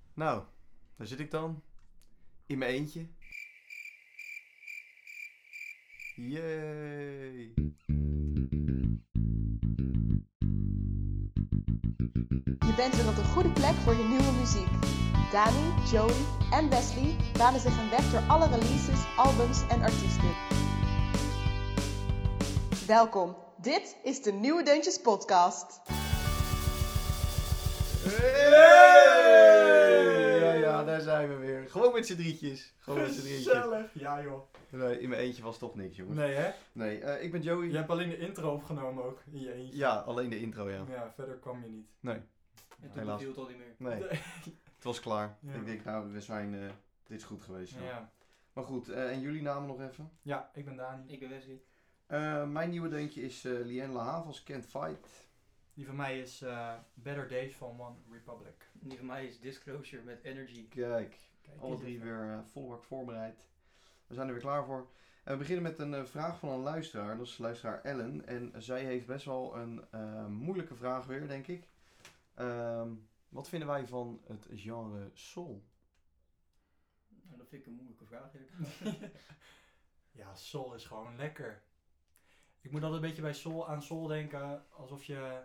Nou, daar zit ik dan. In mijn eentje. Yay! Je bent weer op de goede plek voor je nieuwe muziek. Dani, Joey en Wesley banen zich een weg door alle releases, albums en artiesten. Welkom, dit is de Nieuwe Deuntjes podcast. Ja, daar zijn we weer. Gewoon met z'n drietjes. Gezellig. Ja joh. Nee, in mijn eentje was toch niks, jongens. Nee hè? Nee, ik ben Joey. Je hebt alleen de intro opgenomen ook. In je eentje. Ja, alleen de intro, ja. Ja, verder kwam je niet. Nee, En toen helaas. beviel het al niet meer. Nee. Het was klaar. Ja. Ik denk, nou, we zijn... dit is goed geweest. Ja. Ja. Maar goed, en jullie namen nog even? Ja, ik ben Dani. Ik ben Wesley. Mijn nieuwe deuntje is Liane La Havas, Can't Fight. Die van mij is Better Days van One Republic. Die van mij is Disclosure met Energy. Kijk, Kijk, alle eens drie even. weer vol werk voorbereid. We zijn er weer klaar voor. En we beginnen met een vraag van een luisteraar. Dat is luisteraar Ellen. En zij heeft best wel een moeilijke vraag weer, denk ik. Wat vinden wij van het genre soul? Nou, dat vind ik een moeilijke vraag eerlijk. Ja, soul is gewoon lekker. Ik moet altijd een beetje bij soul aan soul denken alsof je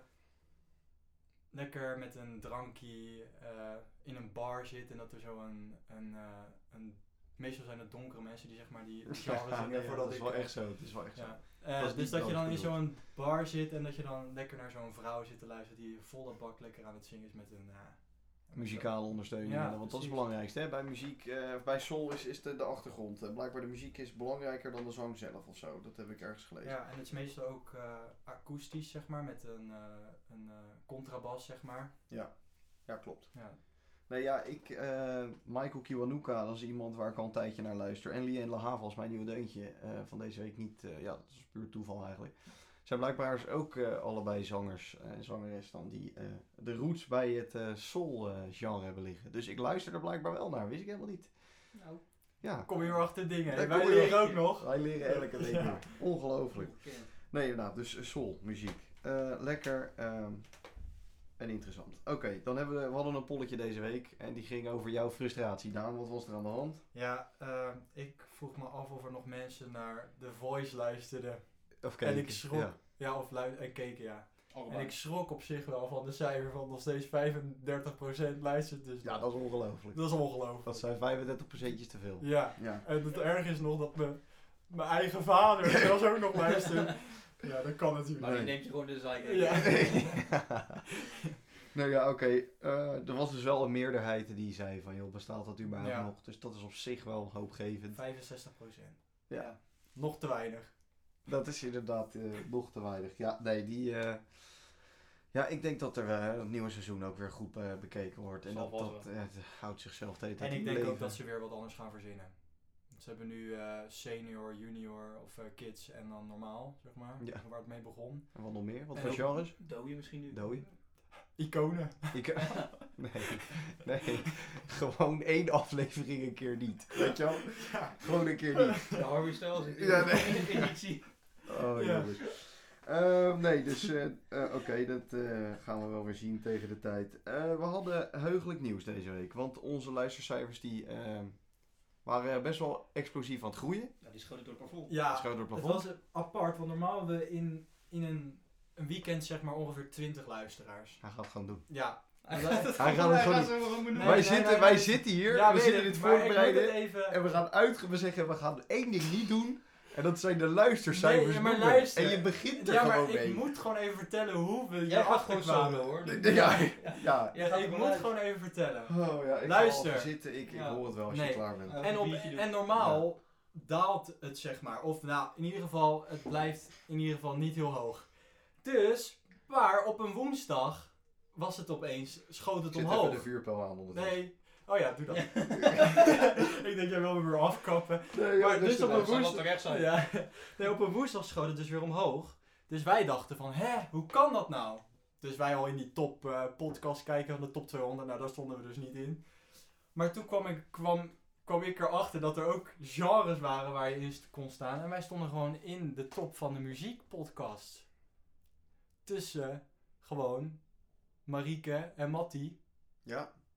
lekker met een drankje in een bar zit en dat er zo een meestal zijn het donkere mensen die zeg maar die genre zingen voordat dat is wel echt zo. Het is wel echt zo. Ja. Dat is Dus niet dat je dood dan in bedoeld. zo'n bar zit en dat je dan lekker naar zo'n vrouw zit te luisteren die volle bak lekker aan het zingen is met een Muzikale ondersteuning. Ja, want dat is het precies. belangrijkste. Hè? Bij muziek, bij soul is de achtergrond. Blijkbaar de muziek is belangrijker dan de zang zelf of zo. Dat heb ik ergens gelezen. Ja, en het is meestal ook akoestisch zeg maar met een contrabas zeg maar. Ja, klopt. Ja. Nee, ja, Michael Kiwanuka, dat is iemand waar ik al een tijdje naar luister. En Liane La Havas, mijn nieuwe deuntje van deze week niet. Ja, dat is puur toeval eigenlijk. Zijn blijkbaar dus ook allebei zangers en zangeres dan die de roots bij het soul genre hebben liggen. Dus ik luister er blijkbaar wel naar, wist ik helemaal niet. Nou, Ja, Kom je weer achter dingen. Daar En wij kom je leren weer. ook nog. wij leren elke week Ja. weer. Ongelooflijk. ongekend. Nee, inderdaad, dus soul, muziek. Lekker en interessant. Oké, dan hebben we hadden een polletje deze week en die ging over jouw frustratie. Daan, wat was er aan de hand? Ja, ik vroeg me af of er nog mensen naar The Voice luisterden. Of En ik schrok. Ja. Ja, of en keken, ja. Allebei. En ik schrok op zich wel van de cijfer van nog steeds 35% luistert. Dus Ja, dat is ongelooflijk. dat is ongelooflijk. Dat zijn 35% te veel. Ja, Ja. en het erg is nog dat mijn eigen vader zelfs ook nog luistert. Ja, dat kan natuurlijk Maar die Nee. neemt je gewoon de zeik. Ja. Nou ja, oké. Er was dus wel een meerderheid die zei van, joh, bestaat dat überhaupt Ja. nog? Dus dat is op zich wel hoopgevend. 65%. Ja. Nog te weinig. Dat is inderdaad nog te weinig. Ja, nee, ja, ik denk dat er het nieuwe seizoen ook weer goed bekeken wordt. En Zal dat, vast dat wel. het houdt zichzelf de hele tijd En ik in denk ook leven. dat ze weer wat anders gaan verzinnen. Ze hebben nu senior, junior of kids en dan normaal, zeg maar. Ja. Waar het mee begon. En wat nog meer? Wat En voor ook- genres? Doe misschien nu. Doei? Iconen. Nee, nee. Gewoon 1 aflevering een keer niet. Weet je wel? Gewoon een keer niet. De Harvey Styles in Ja, nee. editie. Oh, Ja. jongens. Nee, dus oké, dat gaan we wel weer zien tegen de tijd. We hadden heugelijk nieuws deze week, want onze luistercijfers die waren best wel explosief aan het groeien. Ja, die schoot door het plafond. Ja, Schoot door het het plafond. was apart, want normaal hebben we in een weekend zeg maar ongeveer 20 luisteraars. Hij gaat het gewoon doen. Ja. Hij gaat het gewoon doen. Nee, wij zitten hier, Ja, we weet zitten ik, dit maar ik voorbereiden moet het even... en we zeggen we gaan één ding niet doen en dat zijn de luistercijfers Nee, maar noemen. luister. En je begint er Ja, gewoon maar mee. ik moet gewoon even vertellen hoe we Jij gaat hierachter gewoon kwamen. solo hoor. Ja, ja. Jij gaat Ik er moet vanuit. gewoon even vertellen. Oh ja, ik Luister. ga al zitten, ik Ja. hoor het wel als Nee. je klaar bent. En normaal daalt het zeg maar. Of nou, in ieder geval, het blijft in ieder geval niet heel hoog. Dus, maar op een woensdag was het opeens, schoot het Ik zet omhoog. even de vuurpijl aan ondertussen. Nee. Oh ja, doe dat. Ik denk, jij wil me weer afkappen. Nee, Maar dat dus is op wel- een Zal woensdag... dat terecht zijn? Ja. Nee, op een woensdag schoot het dus weer omhoog. Dus wij dachten van, hoe kan dat nou? Dus wij al in die top podcast kijken van de top 200. Nou, daar stonden we dus niet in. Maar toen kwam ik erachter dat er ook genres waren waar je in kon staan. En wij stonden gewoon in de top van de muziekpodcast. Tussen gewoon Marieke en Mattie. Ja.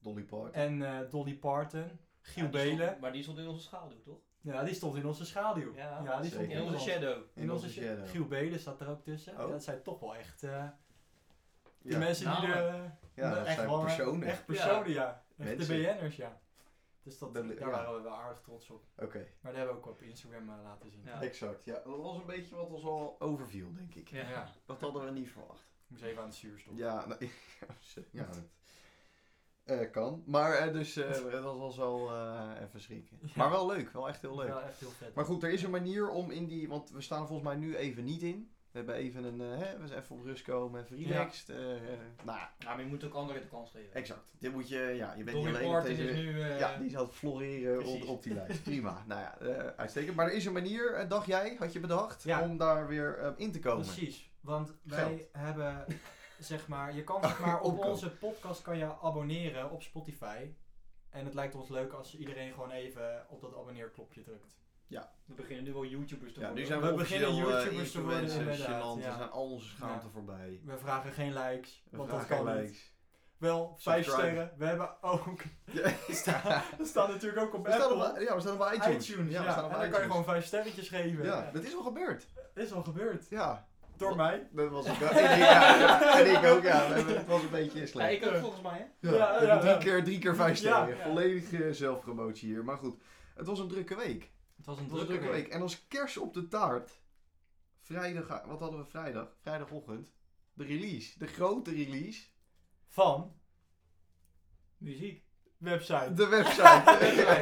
Dolly Parton. En Dolly Parton. Giel Ja, die Belen. stond- maar die stond in onze schaduw, toch? Ja, die stond in onze schaduw. Ja, die stond zeker. In onze shadow. In onze shadow. Giel Belen staat er ook tussen. Oh. Ja, dat zijn toch wel echt de Ja. mensen die Nou, Ja, dat echt zijn wel, personen. Echt personen, ja. Echt Mensen. de BN'ers, ja. Dus Dat- daar ja. waren we wel aardig trots op. Oké, Maar dat hebben we ook op Instagram laten zien. Ja. exact. Ja, dat was een beetje wat ons al overviel, denk ik. Ja. Dat hadden we niet verwacht. Ik moest even aan het zuur stoppen. Ja, nou, ja, dat kan. Maar dus dat was wel even schrikken. Ja. Maar wel leuk, wel echt heel leuk. Ja, echt heel vet. Maar goed, er is een manier om in die, want we staan er volgens mij nu even niet in. We hebben even een, we zijn even op rust komen, even relaxed. Nou ja, Ja, maar je moet ook anderen de kans geven. exact. Dit moet je, ja, je bent niet Dolly alleen op Parton deze... is nu... ja, die is aan het floreren precies. op die lijst. Prima. Nou ja, uitstekend. Maar er is een manier, dacht jij, had je bedacht, Ja. om daar weer in te komen. Precies, want wij Geld. hebben, zeg maar, je kan zeg maar op Opkomen. onze podcast kan je abonneren op Spotify. En het lijkt ons leuk als iedereen gewoon even op dat abonneerknopje drukt. We beginnen nu wel YouTubers te Ja, worden. nu zijn We we beginnen officieel YouTubers te worden, influencers, inderdaad, gênant. ja. We zijn al onze schaamte Ja. voorbij. We vragen geen likes, We want dat vragen kan niet. likes. Wel, 5 Subscribe. sterren. We hebben ook, Ja. we staan natuurlijk ook op We staan Apple. op, ja, we staan op iTunes. iTunes, ja. ja. We staan op En dan kan je iTunes. gewoon 5 sterretjes geven. Ja, dat is al gebeurd. Is al gebeurd. Ja. Door mij. Dat was ook ja, en ik ook, ja. Het was een beetje Ja, slecht. ik ook volgens mij, hè? Ja, Ja, we hebben ja. drie keer 5 Ja, sterren. ja. Volledige zelfpromotie hier. Maar goed, het was een drukke week. Het was een Het was een drukke drukke week. En als kers op de taart, vrijdag, wat hadden we vrijdag? Vrijdagochtend. De release. De grote release. Van Muziek. website. De website.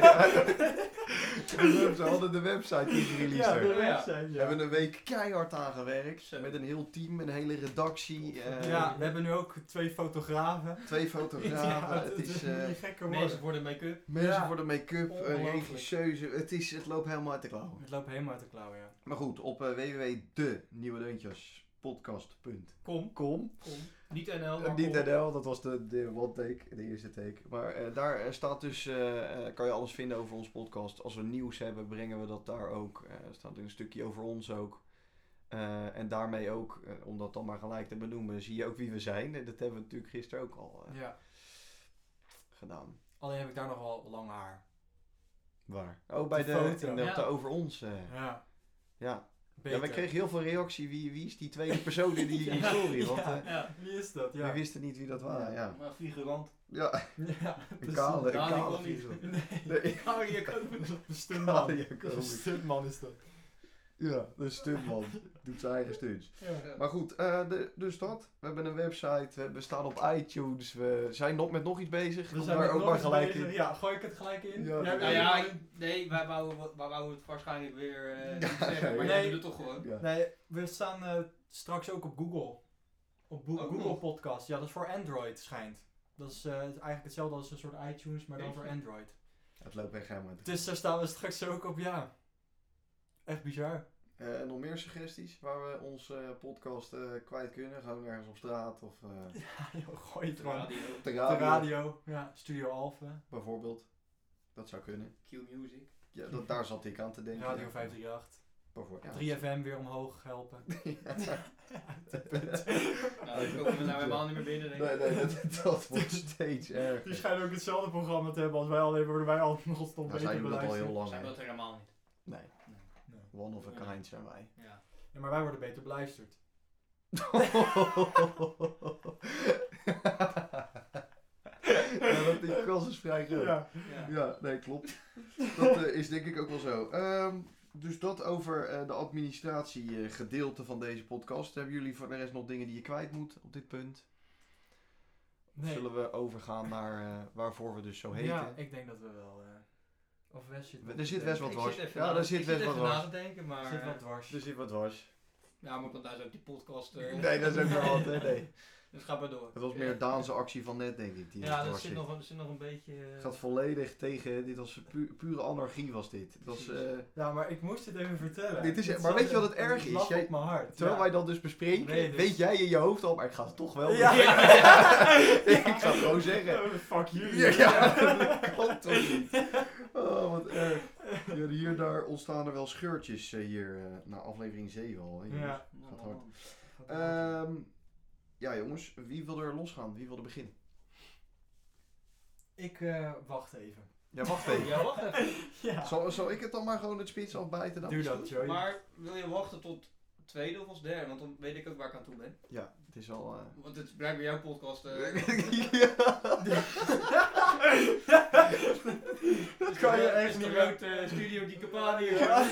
We hadden de website die gereleased Ja, de werd. website. We Ja. hebben een week keihard aan gewerkt. Zo. Met een heel team, een hele redactie. Ja, we hebben nu ook 2 fotografen. 2 fotografen. Ja, het is niet gekker Mensen worden. voor de make-up. mensen Ja. voor de make-up, Ongelooflijk. regisseuse. Het loopt helemaal uit de klauwen. Het loopt helemaal uit de klauwen, ja. Maar goed, op www.denieuwedeuntjespodcast.com. Kom. Niet NL, maar Niet kom. NL, dat was de one take, de eerste take. Maar daar staat dus, kan je alles vinden over onze podcast. Als we nieuws hebben, brengen we dat daar ook. Er staat een stukje over ons ook. En daarmee ook, om dat dan maar gelijk te benoemen, zie je ook wie we zijn. Dat hebben we natuurlijk gisteren ook al Ja. gedaan. Alleen heb ik daar nog wel lang haar. Waar? Oh, bij De de, foto. in de Ja. over ons. Ja. Ja. Beter. Ja, wij kregen heel veel reactie. Wie is die tweede persoon in die Ja. story? Want Ja. Ja. Wie is dat? Ja. we wisten niet wie dat waren. Ja, Maar figurant. ja. Ja, Een kale, Dani kale kon niet. viezer. Nee. Nee. Kan je komen? De stuntman. Kale Jacobi. De stuntman is dat. Ja, de stuntman. Doet zijn eigen stunts. Ja. Maar goed, dus dat. We hebben een website, we staan op iTunes, we zijn met nog iets bezig. We Kom zijn daar met ook nog maar eens gelijk bezig. in. Ja, gooi ik het gelijk in? Ja, Jij ja, wil- Nou ja, nee, wij wouden het waarschijnlijk weer niet zeggen, maar nee. jij doet het toch gewoon. Ja. Nee, we staan straks ook op Google. Op Ook Google nog? Podcast. Ja, dat is voor Android schijnt. Dat is eigenlijk hetzelfde als een soort iTunes, maar dan Weet je? voor Android. Het loopt echt helemaal uit. Dus daar staan we straks ook op, ja. Echt bizar. En nog meer suggesties waar we onze podcast kwijt kunnen? Gewoon ergens op straat of Ja, joh, gooi het gewoon. Radio, op De radio, ja, Studio Alpha, bijvoorbeeld. Dat zou kunnen. Q-Music. Ja, daar zat ik aan te denken. Radio Ja. 538, Bijvoorbeeld. 3FM weer omhoog helpen. Nou, dan komen we nou helemaal niet meer binnen, denk ik. Nee, dat wordt steeds Die erger. schijnen ook hetzelfde programma te hebben als wij, alleen worden wij al nog stond Nou, beter zij doen dat al beluisterd. heel lang. Zijn we hè. dat helemaal niet. Nee, Nee. one of a kind zijn wij. Ja. Ja, maar wij worden beter beluisterd. Ja, die kans is vrij groot. Ja. Ja. Ja, nee, klopt. Dat is denk ik ook wel zo. Dus dat over de administratiegedeelte van deze podcast. Hebben jullie voor de rest nog dingen die je kwijt moet op dit punt? Of Nee. zullen we overgaan naar waarvoor we dus zo heten? Ja, ik denk dat we wel... of Wes zit... Er zit best wat Ik dwars. zit even Ja, na- daar zit ik best wat even na dwars. te denken, maar... zit wat dwars. Er zit wat dwars. Ja, maar want daar is ook die podcast... Nee, dat is ook nog wat. Nee. Dus ga maar door. Het was meer Daanse actie van net, denk ik. Die Ja, dwars dat zit nog een beetje... Het gaat volledig tegen. Dit was pure anarchie was dit. Het was, Ja, maar ik moest het even vertellen. Dit is- Het maar zat weet je wat het een erg is? lach Jij- op mijn hart. terwijl ja. wij dat dus bespreken, Nee, dus- weet jij in je hoofd al, maar ik ga het toch wel doen. Ja. Ik zou het gewoon zeggen. Fuck jullie. Ja, dat kan toch niet. Oh, wat erg. Ja, hier daar ontstaan er wel scheurtjes hier na aflevering 7 al. Hè, jongens. Ja. Gaat hard. Ja jongens, wie wil er losgaan? Wie wil er beginnen? Ik wacht even. Ja, wacht even. Ja, wacht even. Ja. Zal ik het dan maar gewoon het spits afbijten? Dan? Doe dat, Joey. Maar wil je wachten tot tweede of als derde? Want dan weet ik ook waar ik aan toe ben. Ja, het is al... Want het is blijkbaar jouw podcast. Dat kan je echt niet uit Studio Di Capani.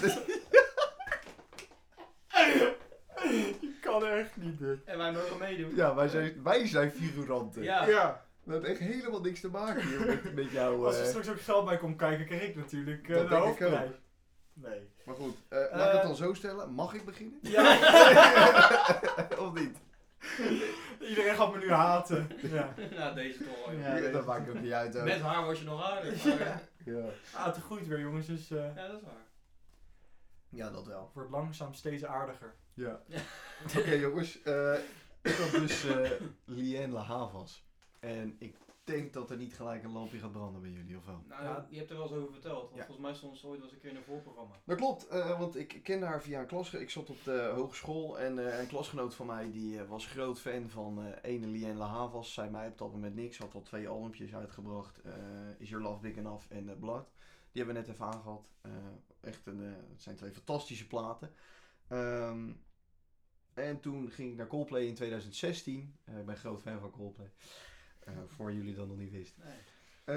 Je kan echt niet dit. En wij mogen meedoen. Ja, wij zijn figuranten. Ja. Ja. We hebben echt helemaal niks te maken hier met jou. Als er straks ook geld bij komt kijken, krijg ik natuurlijk Dat de denk ik hoofdprijs. Nee. Maar goed, laat ik het dan zo stellen. Mag ik beginnen? Ja. Of niet? Iedereen gaat me nu haten. Ja. Nou, deze toch wel. Ja, Ja, dat maakt ook niet uit. Ook. Met haar was je nog aardig. Maar, Ja. Het groeit weer jongens, dus ja, dat is waar. Ja, dat wel. wordt langzaam steeds aardiger. Ja. Oké, jongens. Ik had dus Liane La Havas. En ik denk dat er niet gelijk een lampje gaat branden bij jullie, of wel? Nou, Ja. je hebt er wel eens over verteld. Want Ja. volgens mij stond ze ooit wel eens een keer in een voorprogramma. Dat klopt, want ik kende haar via een klas. Ik zat op de hogeschool en een klasgenoot van mij die was groot fan van ene Liane La Havas. Zei mij op dat moment niks, had al 2 albumpjes uitgebracht. Is Your Love Big Enough en Blood. Die hebben we net even aangehad. Echt het zijn 2 fantastische platen. En toen ging ik naar Coldplay in 2016. Ik ben groot fan van Coldplay. Voor jullie dat nog niet wisten. Nee.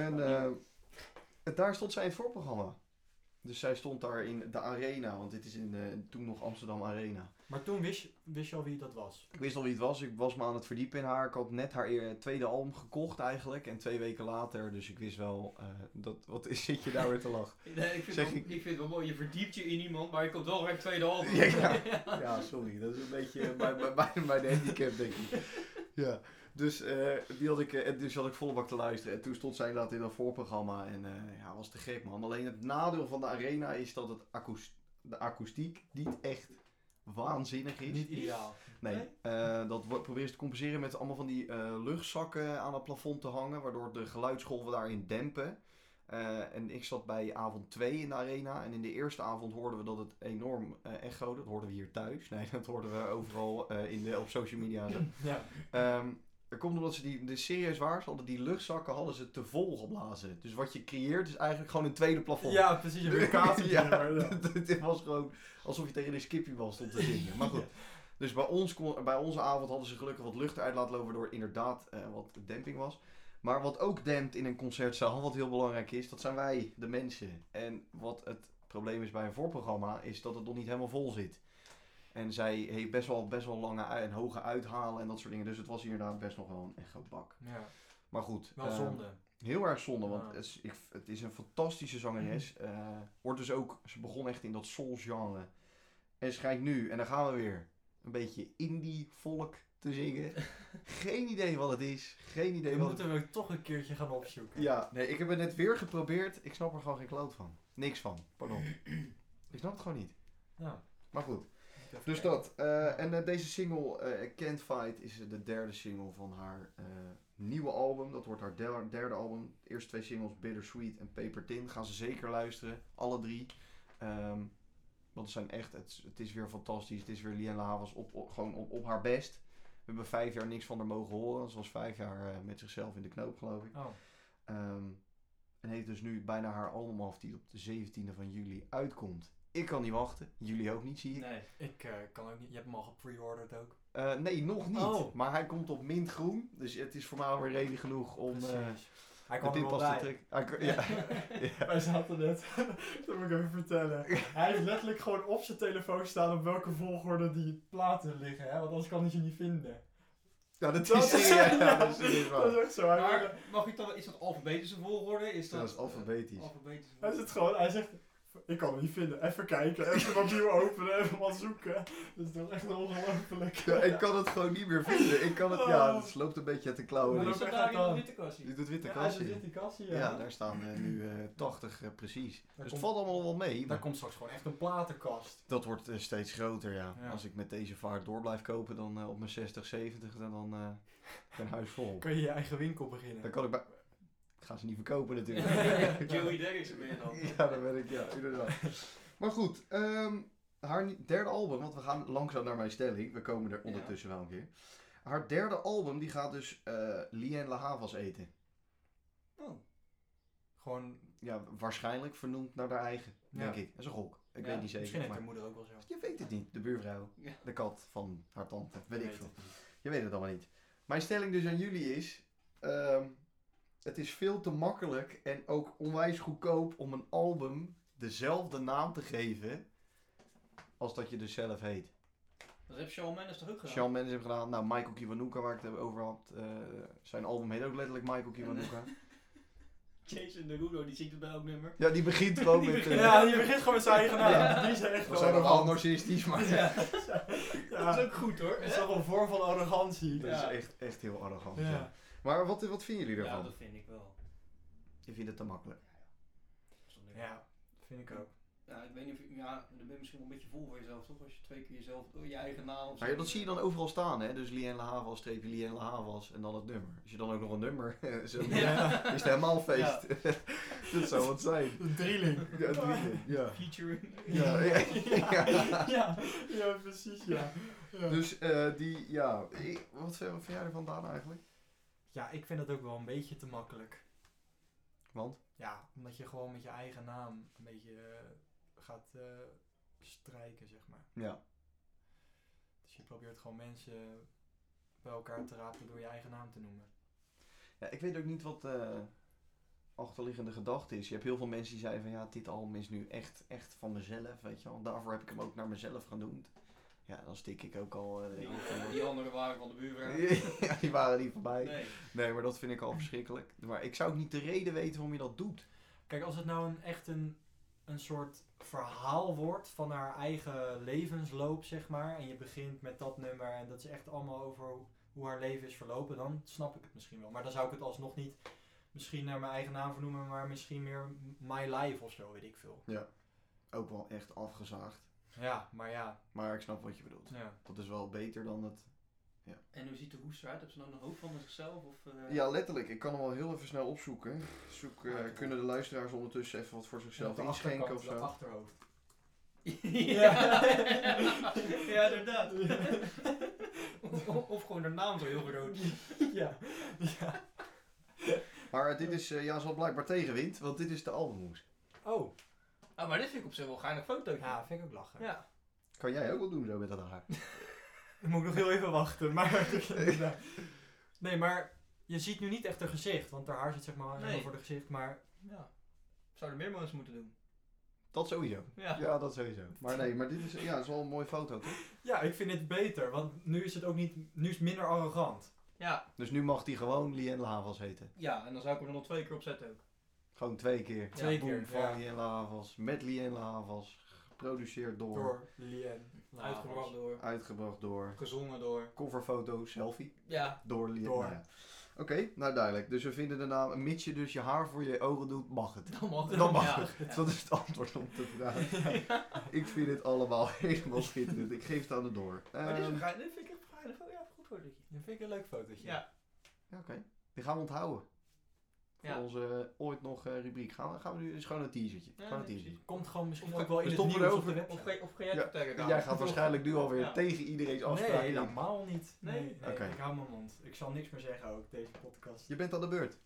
En daar stond zij in het voorprogramma. Dus zij stond daar in de Arena, want dit is toen nog Amsterdam Arena. Maar toen wist je al wie dat was? Ik wist al wie het was, ik was me aan het verdiepen in haar. Ik had net haar tweede album gekocht eigenlijk. En 2 weken later, dus ik wist wel, zit je daar weer te lachen? Nee, ik vind het wel mooi. Je verdiept je in iemand, maar je komt wel weer tweede album. Ja, sorry, dat is een beetje mijn handicap denk ik. Ja. Dus die had ik volle bak te luisteren. En toen stond zij inderdaad in dat voorprogramma. En was te gek man. Alleen het nadeel van de Arena is dat de akoestiek niet echt waanzinnig is. Niet ideaal. Nee, dat probeer je te compenseren met allemaal van die luchtzakken aan het plafond te hangen. Waardoor de geluidsgolven daarin dempen. En ik zat bij avond 2 in de Arena. En in de eerste avond hoorden we dat het enorm echo. Dat hoorden we hier thuis. Nee, dat hoorden we overal op social media. En zo. Ja. Dat komt omdat ze serieus waar, ze hadden die luchtzakken te vol geblazen. Dus wat je creëert is eigenlijk gewoon een tweede plafond. Ja, precies. Een weerkaatsing. Ja, het was gewoon alsof je tegen een skippybal stond te zingen. Maar goed. Ja. Dus bij onze avond hadden ze gelukkig wat lucht eruit laten lopen, waardoor inderdaad wat demping was. Maar wat ook dempt in een concertzaal, wat heel belangrijk is, dat zijn wij, de mensen. En wat het probleem is bij een voorprogramma, is dat het nog niet helemaal vol zit. En zij heeft best wel lange en hoge uithalen en dat soort dingen. Dus het was inderdaad best nog wel een echo bak. Ja. Maar goed. Wel zonde. Heel erg zonde, want Ja. het is een fantastische zangeres. Ze begon echt in dat soul-genre. En schijnt nu, en dan gaan we weer, een beetje indie volk te zingen. Geen idee wat het is. Geen idee Die wat moeten we toch een keertje gaan opzoeken. Ja, nee, ik heb het net weer geprobeerd. Ik snap er gewoon geen kloot van. Niks van, pardon. Ik snap het gewoon niet. Ja. Maar goed. Dus dat. En deze single, Can't Fight, is de 3e single van haar nieuwe album. Dat wordt haar derde album. De eerste 2 singles, Bittersweet en Paper Tin, gaan ze zeker luisteren. Alle 3. Want het zijn echt, het is weer fantastisch. Het is weer Liane La Havas gewoon op haar best. We hebben 5 jaar niks van haar mogen horen. Ze was 5 jaar met zichzelf in de knoop, geloof ik. Oh. En heeft dus nu bijna haar album af die op de 17e van juli uitkomt. Ik kan niet wachten. Jullie ook niet, zie ik. Nee. Ik kan ook niet. Je hebt hem al gepreorderd ook. Nee, nog niet. Oh. Maar hij komt op mintgroen. Dus het is voor mij alweer reden genoeg om Precies. Hij de kwam er wel pinpas te bij. trekken. Ja. Ja. Wij zaten net, dat moet ik even vertellen. Hij heeft letterlijk gewoon op zijn telefoon staan op welke volgorde die platen liggen, hè? Want anders kan hij ze niet vinden. Ja, dat Dat is is- serieus. ja, Dat is serieus Dat is waar. ook zo. Hij, Maar mag ik dan, is dat alfabetische volgorde? Dat is alfabetisch. Alfabetische hij volgorde. zit gewoon, hij zegt, ik kan hem niet vinden. Even kijken, even mobiel openen, even wat zoeken. Dat is toch echt ongelooflijk. Ja, ik kan het gewoon niet meer vinden. Ik kan het, ja, het loopt een beetje uit de klauwen. Maar Is Dus. dat- dat daar in de witte kassie? Dit doet witte Ja, hij kast zit in. in die kassie, Ja, daar staan nu 80 precies. Dus het komt- valt allemaal wel mee. Daar Maar komt straks gewoon echt een platenkast. dat wordt steeds groter, ja. Ja. Als ik met deze vaart door blijf kopen, dan op mijn 60, 70, dan ben huis vol. Kun je je eigen winkel beginnen. Dan kan ik bij... Ik ga ze niet verkopen natuurlijk. Joey Derrickson ben je dan. Ja, dat ben ik, ja, inderdaad. Maar goed, haar 3e album, want we gaan langzaam naar mijn stelling. We komen er ondertussen wel een keer. Haar 3e album, die gaat dus Liane La Havas eten. Oh. Gewoon, Ja, waarschijnlijk vernoemd naar haar eigen, denk Ja. ik. Dat is een gok. Ik Ja, weet niet zeker. misschien heeft Maar haar moeder ook wel zo. je weet het niet. De buurvrouw. Ja. De kat van haar tante. Weet ik veel. het niet. Je weet het allemaal niet. Mijn stelling dus aan jullie is... het is veel te makkelijk en ook onwijs goedkoop om een album dezelfde naam te geven als dat je dus zelf heet. Dat heeft Shawn Mendes toch ook gedaan? Shawn Mendes heeft gedaan. Nou, Michael Kiwanuka, waar ik het over had. Zijn album heet ook letterlijk Michael Kiwanuka. Jason Derulo, die zingt het bij elk nummer. Ja, die begint gewoon Die met... begint- Ja, die begint gewoon met zijn eigen naam. Ja. Die is echt we gewoon zijn nogal arrogant. narcistisch, maar... Ja. Ja. Dat is ook goed hoor. Het is toch een vorm van arrogantie. Dat Ja. is echt heel arrogant. Ja. Ja. Maar wat vinden jullie Ja, ervan? dat vind ik wel. Je vindt het te makkelijk. Ja, vind ik ook. Ja, ik weet niet of je, ja, dan ben je misschien wel een beetje vol voor jezelf, toch? Als je 2 keer jezelf, je eigen naam of Maar ja, dat zie je dan overal staan, hè? Dus Lien Lahavas, streepje Lien Lahavas en dan het nummer. Als je dan ook nog een nummer zo Ja. is het helemaal feest. Dat zou wat zijn. Een drieling. Ja, drieling, ja. featuring. Ja, ja. Ja, precies, ja. Ja. Dus wat vind jij ervan, Daan, eigenlijk? Ja, ik vind het ook wel een beetje te makkelijk. Want? Ja, omdat je gewoon met je eigen naam een beetje gaat strijken, zeg maar. Ja. Dus je probeert gewoon mensen bij elkaar te rapen door je eigen naam te noemen. Ja, ik weet ook niet wat achterliggende gedachte is. Je hebt heel veel mensen die zeiden van ja, dit album is nu echt van mezelf, weet je wel. Daarvoor heb ik hem ook naar mezelf genoemd. Ja, dan stik ik ook al... Die anderen waren van de buurvrouw. Ja, die waren niet voorbij. Nee. Nee, maar dat vind ik al verschrikkelijk. Maar ik zou ook niet de reden weten waarom je dat doet. Kijk, als het nou echt een soort verhaal wordt van haar eigen levensloop, zeg maar. En je begint met dat nummer en dat is echt allemaal over hoe haar leven is verlopen. Dan snap ik het misschien wel. Maar dan zou ik het alsnog niet misschien naar mijn eigen naam vernoemen, maar misschien meer My Life of zo, weet ik veel. Ja, ook wel echt afgezaagd. Ja, maar ja. Maar ik snap wat je bedoelt. Ja. Dat is wel beter dan het... En hoe ziet de hoest eruit? Heb ze dan een hoofd van zichzelf? Of, Ja, letterlijk. Ik kan hem wel heel even snel opzoeken. Kunnen de luisteraars ondertussen even wat voor En zichzelf op de inschenken achterkant, of de zo? achterhoofd. ja. Ja, inderdaad. Of gewoon de naam zo heel groot. Ja. Ja. Maar dit is, ze had blijkbaar tegenwind, want dit is de albumhoes. Oh. Ah, maar dit vind ik op zich wel een geinig fotootje. Ja, vind ik ook lachen. Ja. Kan jij ook wel doen zo met dat haar? Dan moet ik nog heel even wachten, maar... Nee, maar je ziet nu niet echt haar gezicht, want haar haar zit zeg maar helemaal voor het gezicht, maar... Ja. Zouden meer mensen moeten doen. Dat sowieso. Ja. Ja, dat sowieso. Maar nee, maar dit is, dat is wel een mooie foto, toch? Ja, ik vind dit beter, want nu is het ook niet... Nu is het minder arrogant. Ja. Dus nu mag die gewoon Lien Lahavas heten. Ja, en dan zou ik hem er nog 2 keer op zetten ook. Gewoon 2 keer. Twee Boom, keer, van ja. Lien Lahavas, met Lien Lahavas, geproduceerd door, Door Lien. Uitgebracht door. uitgebracht door, Gezongen door. coverfoto, selfie, Ja. door Lien. Door. Nou ja. Oké, nou duidelijk. Dus we vinden de naam, mits je dus je haar voor je ogen doet, mag het. Dan mag het. Dan mag Ja. het. Dat is het antwoord op de vraag. Ik vind het allemaal helemaal schitterend. Ik geef het aan de door. Maar dit vind ik echt een geinig foto. Ja, goed fotootje. Dat vind ik een leuk fotootje. Ja. Ja, oké. Die gaan we onthouden. Voor Ja. onze ooit nog rubriek. Gaan we nu, is gewoon een teasertje. Ja, Gewoon een nee, teasertje. Komt gewoon misschien Of ook wel in we het stoppen nieuws op erover. de Of website. ga jij Ja, het taggen? Jij gaat waarschijnlijk nu alweer Ja. tegen iedereen's Nee, afspraken in. helemaal niet. Nee? Nee, Oké. ik hou mijn mond. Ik zal niks meer zeggen ook, deze podcast. Je bent aan de beurt.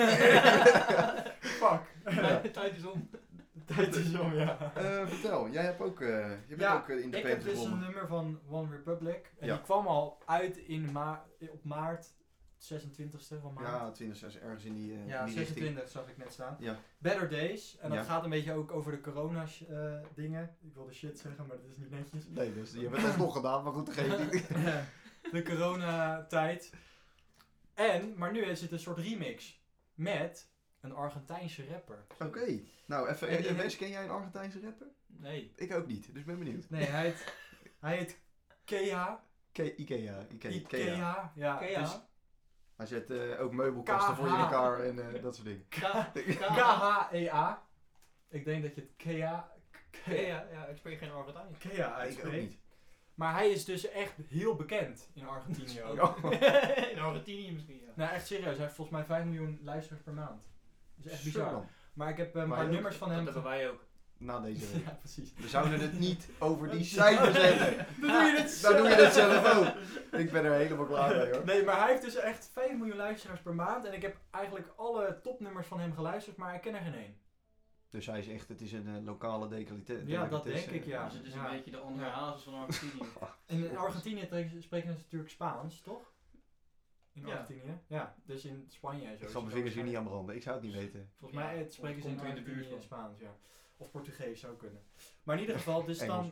Fuck. Ja. Tijd is om. Tijd is om, ja. Vertel, jij hebt ook, je bent Ja, ook ik heb independent dus een gewonnen. nummer van One Republic. En Ja. die kwam al uit in op maart, 26e van maart. Ja, 20 ergens in die, Ja, in die richting. 26 zag ik net staan. Ja. Better Days. En dat Ja. gaat een beetje ook over de corona dingen. Ik wilde shit zeggen, maar dat is niet netjes. Nee, dus je hebt het nog gedaan, maar goed, dat geeft niet. De coronatijd. Maar nu is het een soort remix. Met een Argentijnse rapper. Oké. Nou, En die even, heeft- Wes, ken jij een Argentijnse rapper? Nee. Ik ook niet, dus ben benieuwd. Nee, hij heet Kea. Ikea. Ikea. Ja, Kea? dus Hij zet ook meubelkasten voor je in elkaar en dat soort dingen. K-H-E-A. Ik denk dat je het Kea Ja, ik spreek geen Argentijn. Kea Ik ook uitspreekt. niet. Maar hij is dus echt heel bekend in Argentinië ook. Oh. In Argentinië misschien, ja. Nou, echt serieus. Hij heeft volgens mij 5 miljoen luisteraars per maand. Dat is echt bizar. Zo dan. Maar ik heb een Maar paar ook- nummers van Dat hem. hebben wij ook. na deze week. Ja, precies. We zouden het niet over die cijfers hebben. Dan doe je het Dan doe je het zelf ook. Ik ben er helemaal klaar mee hoor. Nee, maar hij heeft dus echt 5 miljoen luisteraars per maand. En ik heb eigenlijk alle topnummers van hem geluisterd, maar ik ken er geen één. Dus hij is echt, het is een lokale delicatesse. Ja, dat denk ik, ja. Dus het is een beetje de André Hazes van Argentinië. En in Argentinië spreken ze natuurlijk Spaans, toch? In Ja. Argentinië? Ja, dus in Spanje en zo. Ik ga mijn vingers hier niet aan branden. Ik zou het niet weten. Volgens mij spreken ze in komt er in de buurt Argentinië van. Spaans, ja. Of Portugees zou kunnen. Maar in ieder geval, dus dan...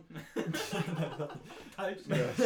Thuis.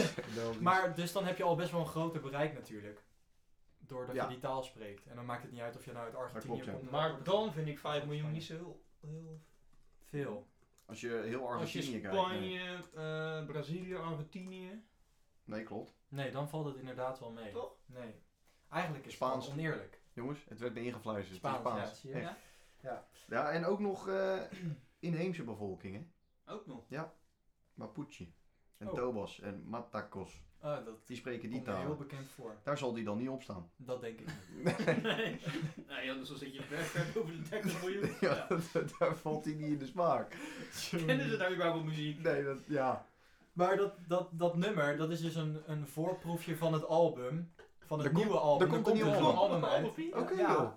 Maar dus dan heb je al best wel een groter bereik natuurlijk. Doordat Ja. je die taal spreekt. En dan maakt het niet uit of je nou uit Argentinië klopt, ja. komt. of Maar uit dan vind ik 5 miljoen niet zo heel veel. Als je heel Als je Argentinië kijkt. Nee. Spanje, Brazilië, Argentinië. Nee, klopt. Nee, dan valt het inderdaad wel mee. Toch? Nee. Eigenlijk is Spaans. het oneerlijk. Jongens, het werd me ingefluisterd. Spaans, het is ja, Spaans. zie je. Echt. Ja. Ja, en ook nog inheemse bevolking, hè. Ook nog. Mapuche. En Oh. Tobas en Matacos. Oh, dat Die spreken die komt me heel taal. bekend voor. Daar zal die dan niet op staan. Dat denk ik niet. Nee. Nou ja, dus dan zit je ver over de 30 miljoen. Ja, daar valt hij niet in de smaak. Kennen ze daar überhaupt wel muziek? Nee, dat, ja. Maar dat nummer, dat is dus een voorproefje van het album. Van het Er nieuwe komt- album. er komt Er een nieuw nieuwe album. uit. Oké, Ja,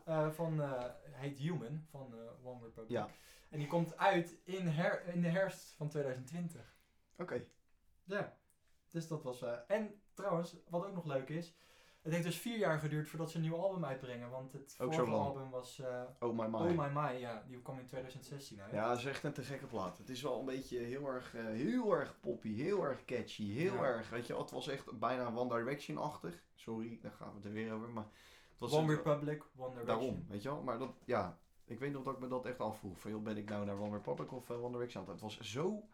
heet Human van One Republic. Ja. En die komt uit in de herfst van 2020. Oké. Ja, dus dat was... en trouwens, wat ook nog leuk is... Het heeft dus 4 jaar geduurd voordat ze een nieuw album uitbrengen. Want het Ook zo vorige lang. album was... Oh my my. Oh My My, ja. Die kwam in 2016 uit. Ja, dat is echt een te gekke plaat. Het is wel een beetje heel erg poppy, heel erg catchy, heel Ja. erg, weet je, het was echt bijna One Direction-achtig. Sorry, daar gaan we het er weer over, maar het was One Republic, One Direction. daarom, weet je wel. Maar dat, ja, ik weet nog dat ik me dat echt afvroeg. Van, joh, ben ik nou naar One Republic of One Direction? Het was zo,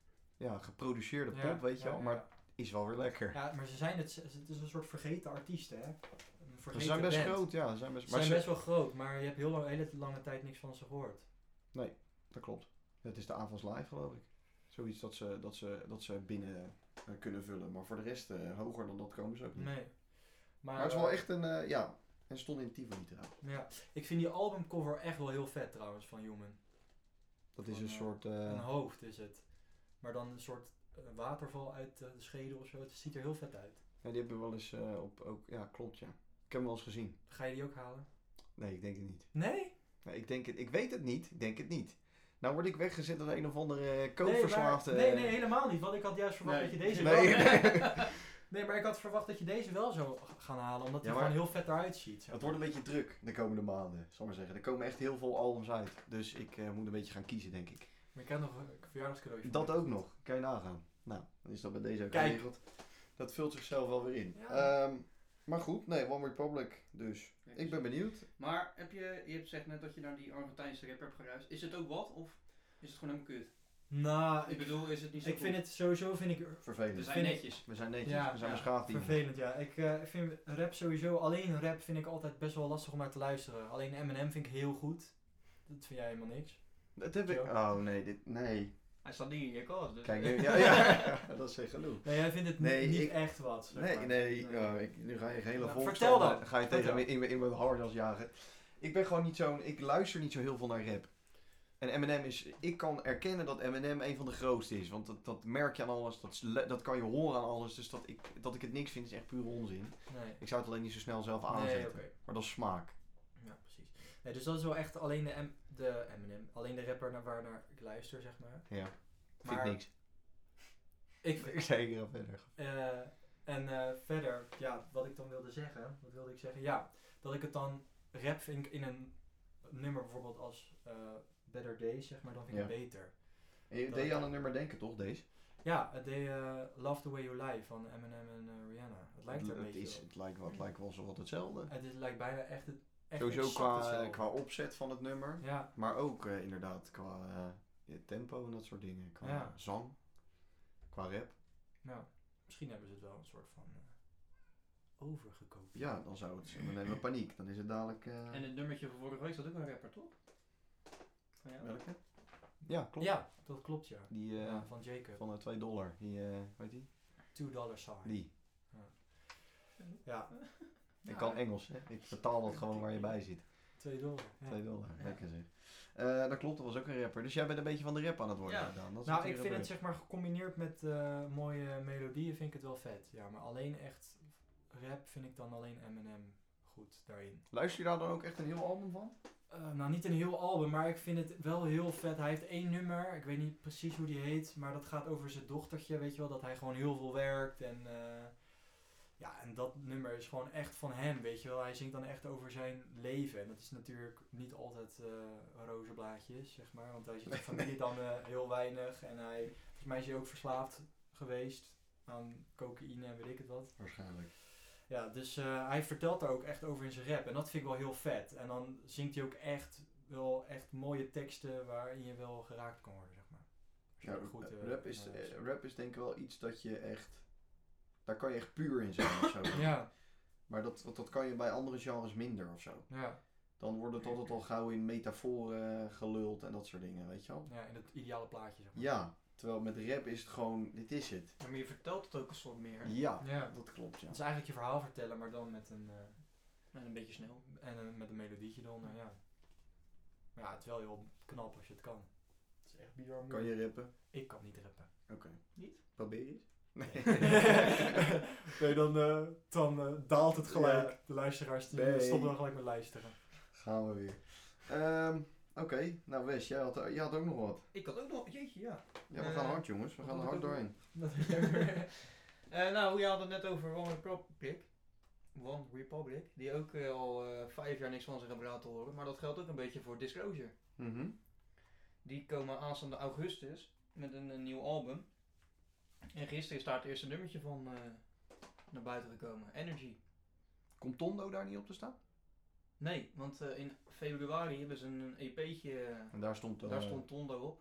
ja, geproduceerde pop, Ja, weet je ja, wel, ja. maar het is wel weer lekker. Ja, maar het is een soort vergeten artiesten, hè. Een Ze vergeten zijn best band. groot, ja. Ze zijn best, Ze maar zijn ze- best wel groot, maar je hebt hele lange tijd niks van ze gehoord. Dat klopt. Het is de avonds live, geloof ik. Zoiets dat ze binnen kunnen vullen. Maar voor de rest, hoger dan dat komen ze ook niet. Nee. Maar het is wel echt een, ja, en stond in Tivoli trouwens. Ja, ik vind die albumcover echt wel heel vet trouwens van Human. Dat is Van, een soort, Een hoofd is het. Maar dan een soort waterval uit de schedel of zo. Het ziet er heel vet uit. ja, die hebben we wel eens op, ook, ja, klopt ja. Ik heb hem wel eens gezien. Ga je die ook halen? Nee, ik denk het niet. Nee? Nee, ik weet het niet, ik denk het niet. Nou word ik weggezet als een of andere Nee, koopverslaafde. nee, helemaal niet. Want ik had juist verwacht Nee. dat je deze Nee. wel... Nee, maar ik had verwacht dat je deze wel zou gaan halen. Omdat hij Ja, maar- gewoon heel vet eruit ziet. zeg Het maar. wordt een beetje druk de komende maanden, zal ik maar zeggen. Er komen echt heel veel albums uit. Dus ik moet een beetje gaan kiezen, denk ik. Maar ik heb nog een verjaardagscadeautje. Dat voor je. ook nog, kan je nagaan. Nou, dan is dat bij deze ook Kijk. geregeld. Dat vult zichzelf wel weer in. Ja. Maar goed, nee, One Republic dus. Ik ben benieuwd. Maar je hebt gezegd net dat je naar die Argentijnse rap hebt geruist. Is het ook wat of is het gewoon helemaal kut? Nou, Ik bedoel, is het niet zo ik vind het sowieso We Vervelend. zijn vind ik- netjes. We zijn netjes, Ja, we zijn ja, beschaafd hier. vervelend, ja. Ik vind rap sowieso, alleen rap vind ik altijd best wel lastig om naar te luisteren. Alleen Eminem vind ik heel goed. Dat vind jij helemaal niks. Dat heb ik. Zo. Oh nee, nee. Hij staat niet in je kast. Dus. Kijk, ja, dat is echt genoeg. Nee, jij vindt het Nee, niet ik- echt wat. zeg Nee, maar. nee, nu ga je hele Ja, volkstal, vertel dan. ga je tegen Vertel. me in mijn harnas jagen. Ik ben gewoon niet zo'n, ik luister niet zo heel veel naar rap. En Eminem is, ik kan erkennen dat Eminem een van de grootste is. Want dat merk je aan alles, dat kan je horen aan alles. Dus dat ik het niks vind is echt pure onzin. Nee. Ik zou het alleen niet zo snel zelf Nee, aanzetten. oké. Maar dat is smaak. Ja, precies. Nee, dus dat is wel echt alleen de Eminem. Alleen de rapper waarnaar ik luister, zeg maar. Ja, vind Maar ik niks. Ik, Ik zeker al verder. verder, ja, wat ik dan wilde zeggen, wat wilde ik zeggen? Ja, dat ik het dan rap vind in een nummer bijvoorbeeld als Better Days, zeg maar, dan vind ik het beter. En je Dat deed je ik- aan een nummer denken toch, deze? Ja, het deed Love the Way You Lie van Eminem en Rihanna. Het lijkt er een Het beetje op. het lijkt wel zo wat hetzelfde. Het lijkt bijna echt Sowieso exact hetzelfde. qua opzet van het nummer. Ja, Maar ook inderdaad qua tempo en dat soort dingen. Qua Ja. zang. Qua rap. nou, misschien hebben ze het wel een soort van overgekoopt. Ja, dan zou het, dan hebben we paniek. Dan is het dadelijk... En het nummertje van vorige week zat ook een rapper, toch? Van jou? welke? Ja, klopt. Ja, dat klopt, ja. Die Ja, van Jacob. van $2. Die, weet die? $2 sign. Die. Ja. Ik kan Engels, hè. Ik vertaal dat gewoon waar je bij zit. $2. Ja. $2, Ja. lekker zeg. Dat klopt, dat was ook een rapper. Dus jij bent een beetje van de rap aan het worden Ja. gedaan. Dat is Nou, ik natuurlijk vind leuk. het zeg maar gecombineerd met mooie melodieën vind ik het wel vet. Ja, maar alleen echt rap vind ik dan alleen Eminem goed daarin. Luister je daar dan ook echt een heel album van? Nou, niet een heel album, maar ik vind het wel heel vet. Hij heeft 1 nummer, ik weet niet precies hoe die heet, maar dat gaat over zijn dochtertje, weet je wel, dat hij gewoon heel veel werkt en en dat nummer is gewoon echt van hem, weet je wel. Hij zingt dan echt over zijn leven en dat is natuurlijk niet altijd rozenblaadjes, zeg maar, want hij ziet zijn familie dan heel weinig en volgens mij is hij ook verslaafd geweest aan cocaïne en weet ik het wat. Waarschijnlijk. Ja, dus hij vertelt daar ook echt over in zijn rap. En dat vind ik wel heel vet. En dan zingt hij ook echt mooie teksten waarin je wel geraakt kan worden, zeg maar. Als je Ja, ook goed, rap is denk ik wel iets dat je echt... Daar kan je echt puur in zijn of zo. Ja, Maar dat kan je bij andere genres minder of zo. ja, Dan wordt het altijd al gauw in metaforen geluld en dat soort dingen, weet je wel? ja, in het ideale plaatje, zeg maar. Ja, terwijl met rap is het gewoon, dit is het. Ja, maar je vertelt het ook een soort meer. Ja, Ja. dat klopt, ja. Het is eigenlijk je verhaal vertellen, maar dan met een, En een beetje snel. met een melodietje eronder, ja. Maar ja, het is wel heel knap als je het kan. Het is echt bizar Kan je rappen? Ik kan niet rappen. Oké. Niet? Probeer je eens? Nee, dan daalt het gelijk. Ja. De luisteraars die Nee. stoppen dan gelijk met luisteren. Gaan we weer. Oké, nou Wes, jij had ook nog wat. Ik had ook nog, jeetje, ja. Ja, we gaan hard jongens, we wat gaan er had hard ik ook doorheen. Nou, je had het net over One Republic. One Republic. Die ook al 5 jaar niks van zich hebben laten horen. Maar dat geldt ook een beetje voor Disclosure. Mhm. Die komen aanstaande augustus met een nieuw album. En gisteren is daar het eerste nummertje van naar buiten gekomen. Energy. Komt Tondo daar niet op te staan? Nee, want in februari hebben ze een EP'tje. En daar stond... Daar stond Tondo op.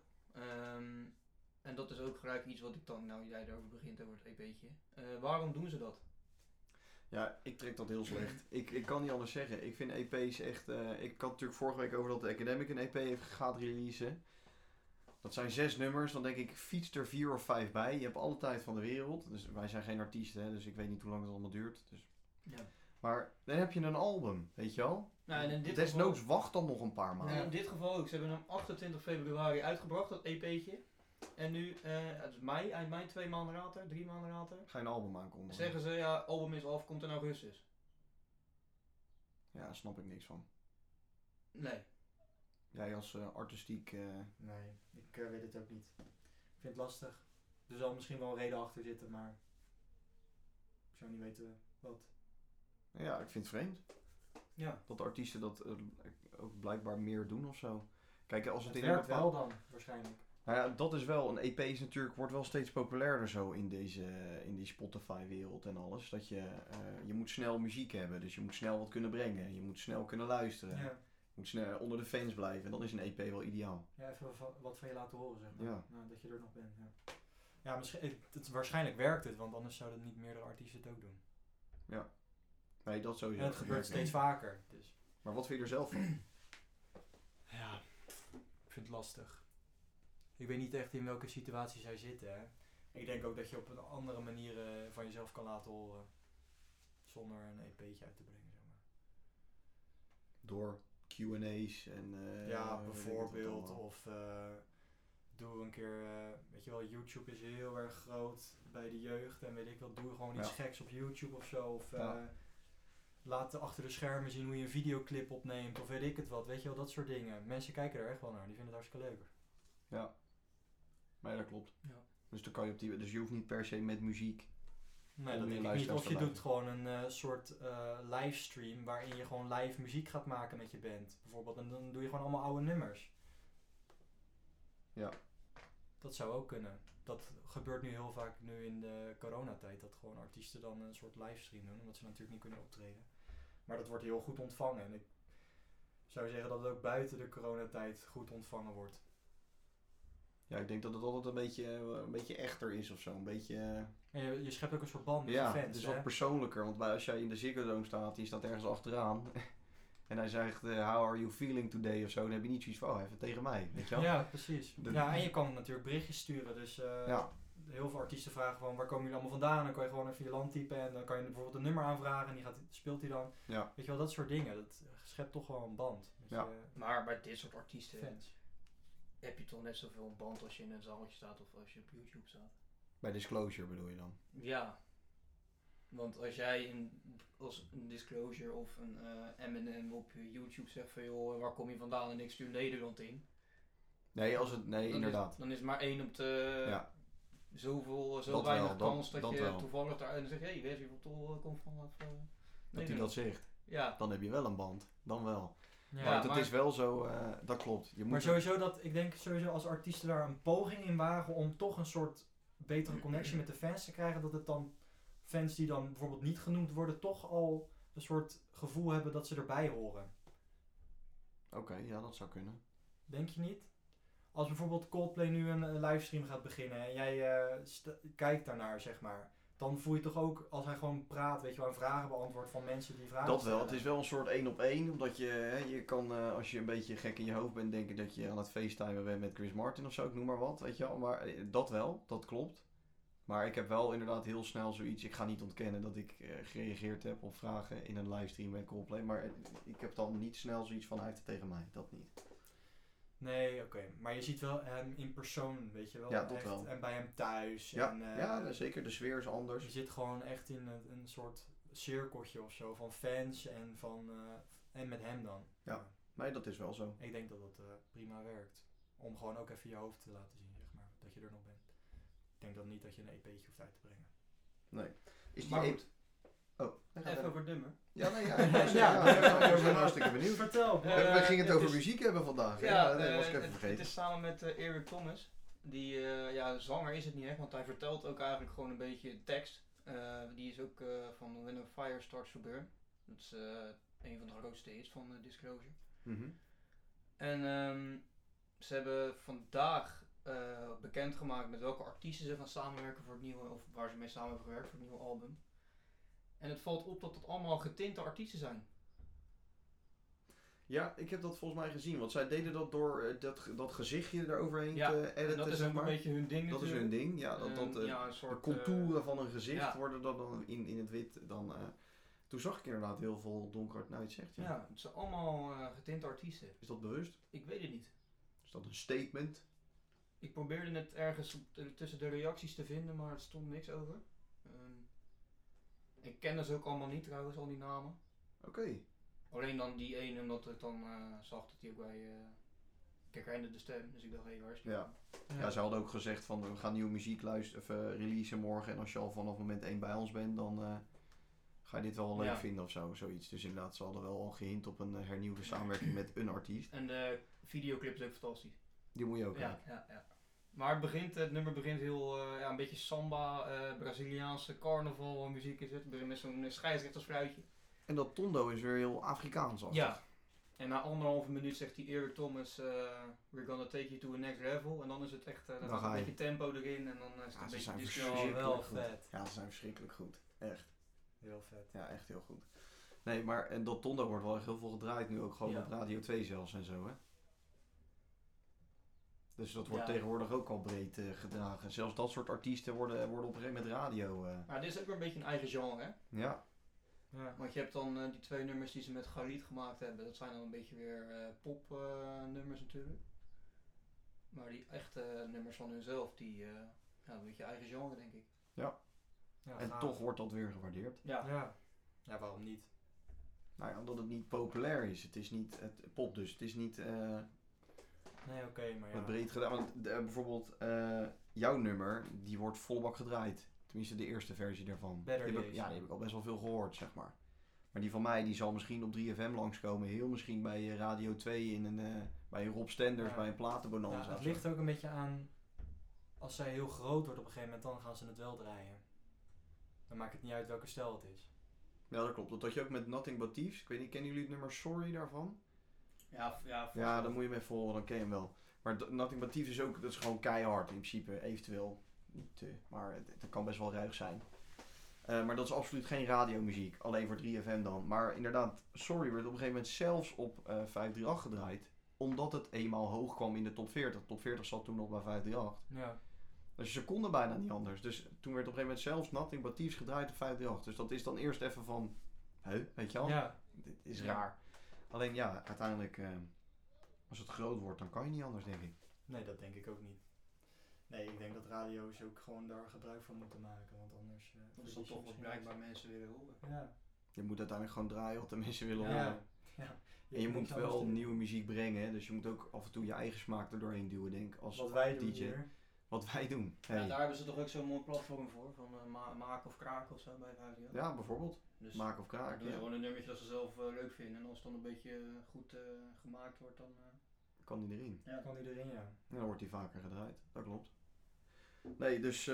En dat is ook gelijk iets wat ik dan, nou jij erover begint over het EP'tje. Waarom doen ze dat? Ja, ik trek dat heel slecht. Ik kan niet anders zeggen. Ik vind EP's echt... ik had natuurlijk vorige week over dat de Academic een EP gaat releasen. Dat zijn 6 nummers. Dan denk ik, fiets er 4 of 5 bij. Je hebt alle tijd van de wereld. Dus wij zijn geen artiesten, hè, dus ik weet niet hoe lang het allemaal duurt. Dus. Ja. Maar dan heb je een album, weet je wel? Nou, en in dit Desnoods wacht dan nog een paar maanden. En in dit geval ook. Ze hebben hem 28 februari uitgebracht, dat EP'tje. En nu, het is mei, eind mei, 2 maanden later, 3 maanden later. Ga je een album aankondigen? Zeggen ze, ja, album is af, komt in augustus. Ja, daar snap ik niks van. Nee. Jij als artistiek... Nee, ik weet het ook niet. Ik vind het lastig. Er zal misschien wel een reden achter zitten, maar ik zou niet weten wat. Ja, ik vind het vreemd. Ja, Dat artiesten dat ook blijkbaar meer doen of zo. Kijk, als het, het in een werkt wel dan, waarschijnlijk. Nou ja, dat is wel. Een EP is natuurlijk, wordt wel steeds populairder zo in die Spotify-wereld en alles. Dat je moet snel muziek hebben, dus je moet snel wat kunnen brengen. Je moet snel kunnen luisteren. Ja. Je moet snel onder de fans blijven. En dan is een EP wel ideaal. Ja, even wat van je laten horen, zeg maar. Ja. Nou, dat je er nog bent, ja. Ja, misschien, waarschijnlijk werkt het, want anders zouden niet meerdere artiesten het ook doen. Nee, dat sowieso. En het gebeurt steeds vaker, dus. Maar wat vind je er zelf van? Ja, ik vind het lastig. Ik weet niet echt in welke situatie zij zitten, hè. Ik denk ook dat je op een andere manier van jezelf kan laten horen. Zonder een EP'tje uit te brengen, zeg maar. Door Q&A's en... Ja, weet ik het bijvoorbeeld. allemaal. Of doe een keer, weet je wel, YouTube is heel erg groot bij de jeugd. En weet ik wel, doe gewoon iets Ja. geks op YouTube of zo. Of Ja. laat achter de schermen zien hoe je een videoclip opneemt. Of weet ik het wat, weet je wel, dat soort dingen. Mensen kijken er echt wel naar, die vinden het hartstikke leuk. Ja. Nee, dat klopt. Ja. Dus, dan kan je dus je hoeft niet per se met muziek... Nee, Om dat je denk ik niet. luisteraars Of te je doet blijven. gewoon een soort livestream waarin je gewoon live muziek gaat maken met je band. Bijvoorbeeld, en dan doe je gewoon allemaal oude nummers. Ja. Dat zou ook kunnen. Dat gebeurt nu heel vaak nu in de coronatijd. Dat gewoon artiesten dan een soort livestream doen. Omdat ze natuurlijk niet kunnen optreden. Maar dat wordt heel goed ontvangen. En ik zou zeggen dat het ook buiten de coronatijd goed ontvangen wordt. Ja, ik denk dat het altijd een beetje echter is of zo. Een beetje... En je schept ook een soort band met Ja, je fans. het is hè? wat persoonlijker. Want als jij in de Ziggo Dome staat, die staat ergens achteraan. En hij zegt, how are you feeling today of zo. Dan heb je niet zoiets van, even tegen mij. Weet je wel? Ja, precies. De- Ja, en je kan natuurlijk berichtjes sturen. Dus Ja. heel veel artiesten vragen van waar komen jullie allemaal vandaan? Dan kan je gewoon even je land typen en dan kan je bijvoorbeeld een nummer aanvragen en speelt hij dan. Ja. Weet je wel, dat soort dingen. Dat schept toch wel een band met Ja. je Maar bij dit soort artiesten fans. heb je toch net zoveel een band als je in een zaaltje staat of als je op YouTube staat. Bij Disclosure bedoel je dan? Ja. Want als jij als een Disclosure of een Eminem op je YouTube zegt van joh, waar kom je vandaan en ik stuur Nederland in. Nee, Dan inderdaad. dan is maar 1 op de Ja. zo Dat weinig wel, kans dat dat je wel. toevallig daar en dan zeg je, hey, Wesley van Tol komt vanaf Dat hij Nederland. dat zegt. Ja. Dan heb je wel een band. Dan wel. Ja, maar het maar- is wel zo, dat klopt. Je moet maar sowieso ik denk sowieso als artiesten daar een poging in wagen om toch een soort betere connectie met de fans te krijgen, dat het dan fans die dan bijvoorbeeld niet genoemd worden, toch al een soort gevoel hebben dat ze erbij horen. Oké, ja, dat zou kunnen. Denk je niet? Als bijvoorbeeld Coldplay nu een livestream gaat beginnen en jij kijkt daarnaar, zeg maar, dan voel je toch ook, als hij gewoon praat, weet je wel, en vragen beantwoordt van mensen die vragen Dat wel. stellen. Het is wel een soort 1-op-1. Omdat je kan, als je een beetje gek in je hoofd bent, denken dat je aan het facetimen bent met Chris Martin of zo. Ik noem maar wat, weet je wel. Maar dat wel, dat klopt. Maar ik heb wel inderdaad heel snel zoiets. Ik ga niet ontkennen dat ik gereageerd heb op vragen in een livestream met Coldplay. Maar ik heb dan niet snel zoiets van hij heeft het tegen mij. Dat niet. Nee, oké. Maar je ziet wel hem in persoon, weet je wel. Ja, dat echt, wel. En bij hem thuis. Ja, En, ja, zeker. De sfeer is anders. Je zit gewoon echt in een soort cirkeltje of zo van fans en met hem dan. Ja. Nee, dat is wel zo. Ik denk dat dat prima werkt. Om gewoon ook even je hoofd te laten zien, zeg maar. Dat je er nog bent. Ik denk dan niet dat je een EP'tje hoeft uit te brengen. Nee. Is die Maar EP goed. Oh, Even over het nummer. Ja, nee, ja. Ja. Ik ben hartstikke benieuwd. Vertel. We gingen het het over is- muziek hebben vandaag. Ja, dat was ik even het vergeten. is samen met Eric Thomas. Die, zanger is het niet echt, want hij vertelt ook eigenlijk gewoon een beetje tekst. Die is ook van When a Fire Starts to Burn. Dat is een van de grootste hits van Disclosure. Mhm. En ze hebben vandaag bekendgemaakt met welke artiesten ze gaan samenwerken voor het nieuwe, of waar ze mee samen hebben gewerkt voor het nieuwe album. En het valt op dat het allemaal getinte artiesten zijn. Ja, ik heb dat volgens mij gezien. Want zij deden dat door dat gezichtje eroverheen Ja, te en editen, dat is zeg ook maar. een beetje hun ding Dat is natuurlijk. hun ding. Ja, Een soort, de contouren van een gezicht ja. worden dan in het wit. Toen zag ik inderdaad heel veel donker, nou je zegt. Ja. Ja, het zijn allemaal getinte artiesten. Is dat bewust? Ik weet het niet. Is dat een statement? Ik probeerde het ergens tussen de reacties te vinden, maar er stond niks over. Ik kende ze ook allemaal niet trouwens, al die namen. Oké. Alleen dan die ene, omdat ik dan zag dat hij ook bij... ik herkende de stem, dus ik dacht, hé, waar is die? Ja. Ja, ze hadden ook gezegd van we gaan nieuwe muziek releasen morgen. En als je al vanaf moment 1 bij ons bent, dan ga je dit wel leuk Ja. vinden of zo. Zoiets. Dus inderdaad, ze hadden wel al gehint op een hernieuwde samenwerking met een artiest. En de videoclip is ook fantastisch. Die moet je ook Ja, kijken. ja. Maar het nummer begint heel, een beetje samba, Braziliaanse carnaval muziek is het. Het begint met zo'n scheidsrechtersfluitje. En dat tondo is weer heel Afrikaans. Ja. En na 1,5 minuut zegt die Eric Thomas, we're gonna take you to a next level. En dan is het echt, dan Dan gaat ga een je. beetje tempo erin en dan is het Ja, een ze beetje zijn disco. verschrikkelijk wel goed. vet. Ja, ze zijn verschrikkelijk goed. Echt. Heel vet. Ja, echt heel goed. Nee, maar en dat tondo wordt wel echt heel veel gedraaid nu ook gewoon Ja. op Radio 2 zelfs en zo, hè. Dus dat wordt Ja. tegenwoordig ook al breed gedragen. Zelfs dat soort artiesten worden op een gegeven moment radio. Maar dit is ook weer een beetje een eigen genre, hè. Ja. Ja. Want je hebt dan die 2 nummers die ze met Galit gemaakt hebben. Dat zijn dan een beetje weer pop nummers natuurlijk. Maar die echte nummers van hunzelf, die een beetje eigen genre denk ik. Ja, En gaaf. toch wordt dat weer gewaardeerd. Ja, waarom niet? Nou ja, omdat het niet populair is. Het is niet pop dus. Het is niet Nee, oké, maar ja. wat breed gedaan. Want bijvoorbeeld jouw nummer, die wordt volle bak gedraaid. Tenminste de eerste versie daarvan. Better Die heb ik, Days. ja, die heb ik al best wel veel gehoord, zeg maar. Maar die van mij, die zal misschien op 3FM langskomen. Heel misschien bij Radio 2 bij een Rob Stenders, Ja. bij een platenbonanza. Ja, het of zo. ligt ook een beetje aan, als zij heel groot wordt op een gegeven moment, dan gaan ze het wel draaien. Dan maakt het niet uit welke stijl het is. Ja, dat klopt. Dat had je ook met Nothing But Thieves. Ik weet niet, kennen jullie het nummer Sorry daarvan? Ja, dan moet je hem even horen, dan ken je hem wel. Maar Nothing But Thieves is ook, dat is gewoon keihard in principe. Eventueel niet te, maar het kan best wel ruig zijn. Maar dat is absoluut geen radiomuziek, alleen voor 3FM dan. Maar inderdaad, Sorry werd op een gegeven moment zelfs op 538 gedraaid. Omdat het eenmaal hoog kwam in de top 40. Top 40 zat toen nog bij 538. Ja. Dus ze konden bijna niet anders. Dus toen werd op een gegeven moment zelfs Nothing But Thieves gedraaid op 538. Dus dat is dan eerst even van, weet je wel? Ja. Dit is raar. Alleen ja, uiteindelijk, als het groot wordt, dan kan je niet anders, denk ik. Nee, dat denk ik ook niet. Nee, ik denk dat radio's ook gewoon daar gebruik van moeten maken, want anders... Dat is dan toch wat blijkbaar mensen willen horen. Ja. Je moet uiteindelijk gewoon draaien wat de mensen willen Ja. horen. Ja. En je moet niks anders wel doen. nieuwe muziek brengen, hè? Dus je moet ook af en toe je eigen smaak er doorheen duwen, denk ik, als Wat wij doen DJ. hier. Wat wij doen. Ja, Hey. daar hebben ze toch ook zo'n mooi platform voor, van maken of kraken of zo bij 538. Ja, bijvoorbeeld. Dus Maken of dan kraken. doen ze Ja. gewoon een nummertje dat ze zelf leuk vinden. En als het dan een beetje goed gemaakt wordt, dan... Kan die erin. Ja, kan iedereen, ja. En dan wordt die vaker gedraaid. Dat klopt. Nee, dus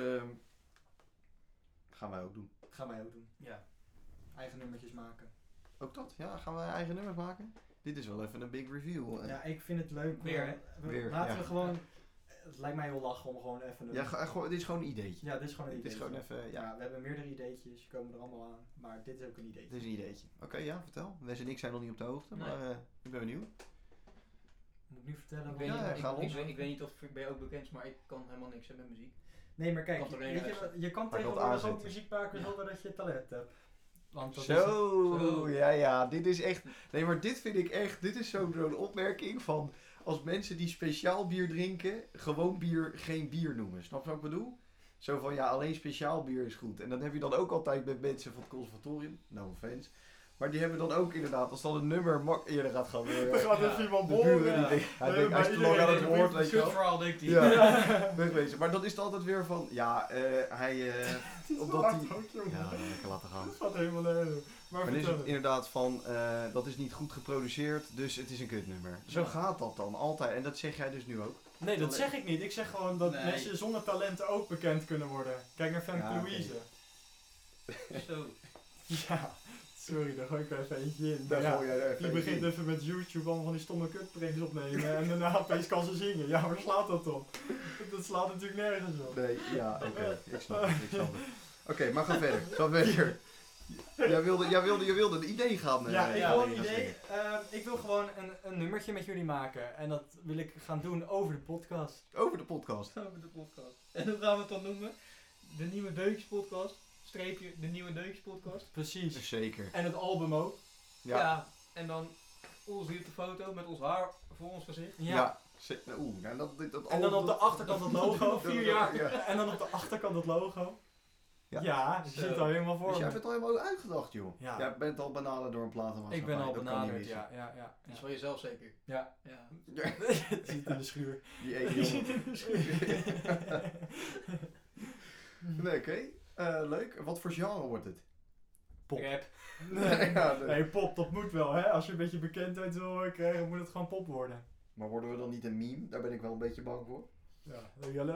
gaan wij ook doen. Gaan wij ook doen. Ja. Eigen nummertjes maken. Ook dat? Ja, gaan wij eigen nummers maken? Dit is wel even een big review. Ja, ik vind het leuk. Weer, hè? Weer, Laten ja. we gewoon... Het lijkt mij heel lach om gewoon even... Ja, dit is gewoon een ideetje. Ja, dit is gewoon een Dit is idee. gewoon even, ja. We hebben meerdere ideetjes, die komen er allemaal aan. Maar dit is ook een idee. Het is een ideetje. Oké, ja, vertel. Wes en ik zijn nog niet op de hoogte, Nee. maar ik ben benieuwd. Moet ik nu vertellen? Ik wat- weet, Ja, niet, ga ik, los. ik weet niet of ben je ook bekend, maar ik kan helemaal niks met muziek. Nee, maar kijk, Kan het alleen weet je, luisteren. je kan Maar ik wil het tegenwoordig ook aanzetten. muziek maken zonder dat je talent hebt. Want dat Zo, Zo. ja, dit is echt... Nee, maar dit vind ik echt... Dit is zo'n opmerking van... Als mensen die speciaal bier drinken, gewoon bier geen bier noemen. Snap je wat ik bedoel? Zo van, ja, alleen speciaal bier is goed. En dat heb je dan ook altijd met mensen van het conservatorium. No offense. Maar die hebben dan ook inderdaad, als dan een nummer eerder gaat gaan... Dan gaat Ja. even iemand de boren. buren, die Ja. denkt, hij Nee, denkt, hij maar is te lang aan het iedereen- woord, weet je wel. verhaal, denkt hij. Ja, wegwezen. Maar dan is het altijd weer van, ja, hij... omdat hij... Ja, lekker laten gaan. Dat gaat helemaal nergens. Maar Maar dan is vertel het inderdaad van, dat is niet goed geproduceerd, dus het is een kutnummer. Zo Ja. gaat dat dan, altijd. En dat zeg jij dus nu ook. Nee, dat zeg ik niet. Ik zeg gewoon dat Nee. mensen zonder talenten ook bekend kunnen worden. Kijk naar Femke Ja, oké. Louise. Zo. Ja, sorry, daar gooi ik er even eentje in. Daar Maar ja, gooi jij er even die in. begint even met YouTube allemaal van die stomme kutpranks opnemen en daarna opeens kan ze zingen. Ja, waar slaat dat op? Dat slaat natuurlijk nergens op. Nee, ja, oké. Ik snap het, ik snap het. Oké, maar ga verder. Ga verder. Je wilde een idee gaan. Ja, ik ja, wil een gaan idee. zingen. Ik wil gewoon een nummertje met jullie maken. En dat wil ik gaan doen over de podcast. Over de podcast. Over de podcast. En hoe gaan we het dan noemen? De Nieuwe Deukjes podcast. Streepje, de Nieuwe Deukjes podcast. Precies. Zeker. En het album ook. Ja. En dan ons hier op de foto met ons haar voor ons gezicht. Ja. Oeh, nou, dat En dan op de achterkant het logo. 4 jaar. Ja. En dan op de achterkant het logo. Ja. Ja, je Zo. zit al helemaal voor Dus jij me. bent al helemaal uitgedacht, joh. Ja. Jij bent al benaderd door een platenmaatschappij. Ik ben al Dat kan niet benaderd, missen. ja. Dat is van jezelf zeker. Ja. Ja. Het zit in de schuur. Die ene jongen. Nee, oké. Leuk. Wat voor genre wordt het? Pop. Rap. Nee, Ja, nee. nee, pop, dat moet wel, hè. Als je een beetje bekendheid wil krijgen, moet het gewoon pop worden. Maar worden we dan niet een meme? Daar ben ik wel een beetje bang voor. Ja.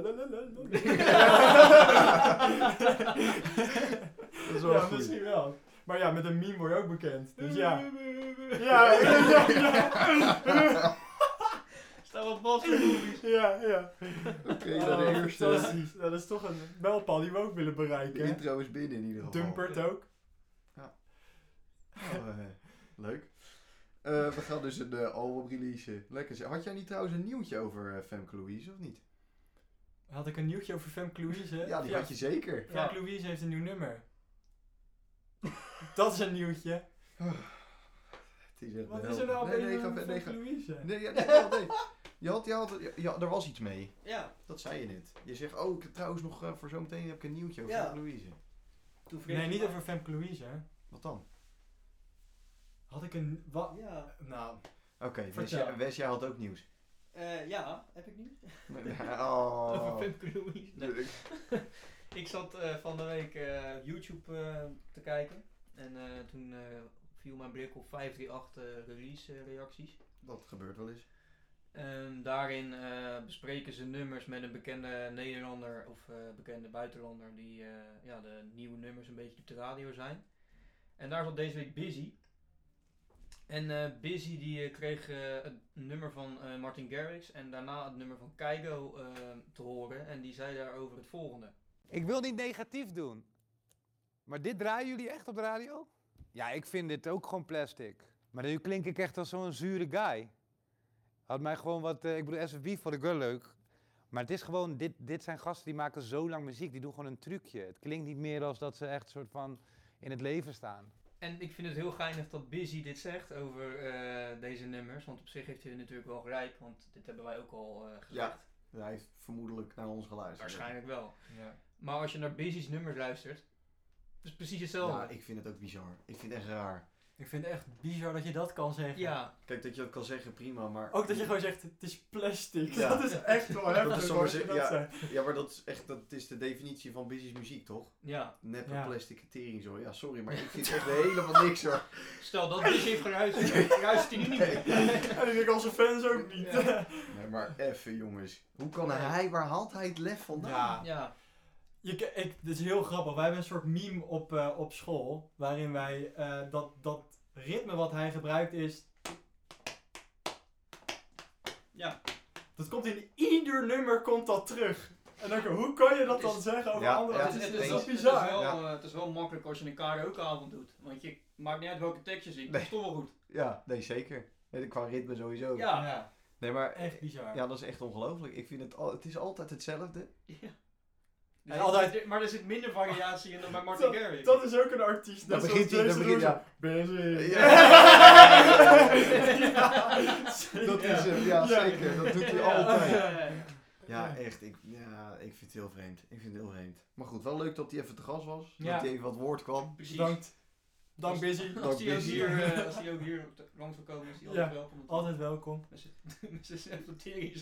Dat is wel Ja, goed. misschien wel. Maar ja, met een meme word je ook bekend. Dus ja. Staat wat vast in movies. Ja. Oké, Oh, dan de eerste. fantastisch. Dat is toch een mijlpaal die we ook willen De bereiken. hè? intro is binnen in ieder geval. Dumpert ook. Oh, leuk. We gaan dus een album releasen. Lekker zeg. Had jij niet trouwens een nieuwtje over Femke Louise of niet? Had ik een nieuwtje over Femke Louise? Ja, die had je zeker. Femke Louise heeft een nieuw nummer. Dat is een nieuwtje. Die zegt Wat de is er helft. nou Nee, opeens ga met verder. Femke Louise? Nee, nee. Er was iets mee. Ja. Dat zei je net. Je zegt, oh, ik heb trouwens nog voor zometeen heb ik een nieuwtje over Ja. Femke Louise. Toen vergeet Nee, je niet maar. over Femke Louise. Hè. Wat dan? Had ik een... Wat? Ja. Nou, Oké, Vertel. Wes, jij had ook nieuws. Ja, heb ik niet. Oh. Over Femke Louise. Nee. Ik zat van de week YouTube te kijken. En toen viel mijn blik op 538 release reacties. Dat gebeurt wel eens. Daarin bespreken ze nummers met een bekende Nederlander of bekende buitenlander die de nieuwe nummers een beetje op de radio zijn. En daar zat deze week Busy. En Busy die kreeg het nummer van Martin Garrix en daarna het nummer van Kygo te horen. En die zei daarover het volgende. Ik wil niet negatief doen. Maar dit draaien jullie echt op de radio? Ja, ik vind dit ook gewoon plastic. Maar nu klink ik echt als zo'n zure guy. Had mij gewoon wat... ik bedoel, SFB vond ik wel leuk. Maar het is gewoon... Dit zijn gasten die maken zo lang muziek. Die doen gewoon een trucje. Het klinkt niet meer als dat ze echt soort van in het leven staan. En ik vind het heel geinig dat Busy dit zegt over deze nummers. Want op zich heeft hij natuurlijk wel gelijk. Want dit hebben wij ook al gezegd. Ja, hij heeft vermoedelijk naar ons geluisterd. Waarschijnlijk wel. Ja. Maar als je naar Busy's nummers luistert, is het precies hetzelfde. Ja, ik vind het ook bizar. Ik vind het echt raar. Ik vind het echt bizar dat je dat kan zeggen. Ja. Kijk, dat je dat kan zeggen, prima, maar... Ook dat je gewoon zegt, het is plastic. Ja. Dat is echt wel heftig is als je zomaar dat ze- ja. zegt. Ja, maar dat is echt, dat is de definitie van Busy's muziek, toch? Ja. Neppe Ja. plastic tering zo. Ja, sorry, maar ik vind het echt helemaal niks hoor. Stel dat Busy heeft geluisterd, luistert hij nu niet meer. En ik denk onze fans ook niet. Ja. Nee, maar even jongens. Hoe kan hij, waar haalt hij het lef vandaan? Ja. Ja. Dit is heel grappig. Wij hebben een soort meme op school. Waarin wij dat ritme wat hij gebruikt is. Ja. Dat komt in ieder nummer komt dat terug. En dan, hoe kan je dat Het is- dan zeggen over Ja, andere ja, artiesten? het Dat is is- zo bizar. Het is wel makkelijk als je een karaokeavond doet. Want je maakt niet uit welke tekst je zingt. Dat is toch wel goed. Ja, nee, zeker. Nee, qua ritme sowieso. Ja. Ja, Nee, maar echt bizar. ja, dat is echt ongelooflijk. Ik vind het is altijd hetzelfde. Ja. En altijd- Maar er zit minder variatie in dan bij Martin Garrix. Dat is ook een artiest. Dan net begint zoals hij, Jason ja. Derulo. Busy. Ja. Ja, Dat is hem, ja, Ja. zeker. Dat doet hij Ja. altijd. Ja, echt. Ik vind het heel vreemd. Ik vind het heel vreemd. Maar goed, wel leuk dat hij even te gast was. Ja. Dat hij even wat woord kwam. Precies. Bedankt. Dank Busy. Als hij ook Busy. hier, als hij ook hier langs wil komen, is hij Ja, altijd welkom. Altijd welkom. Met zijn reflectering.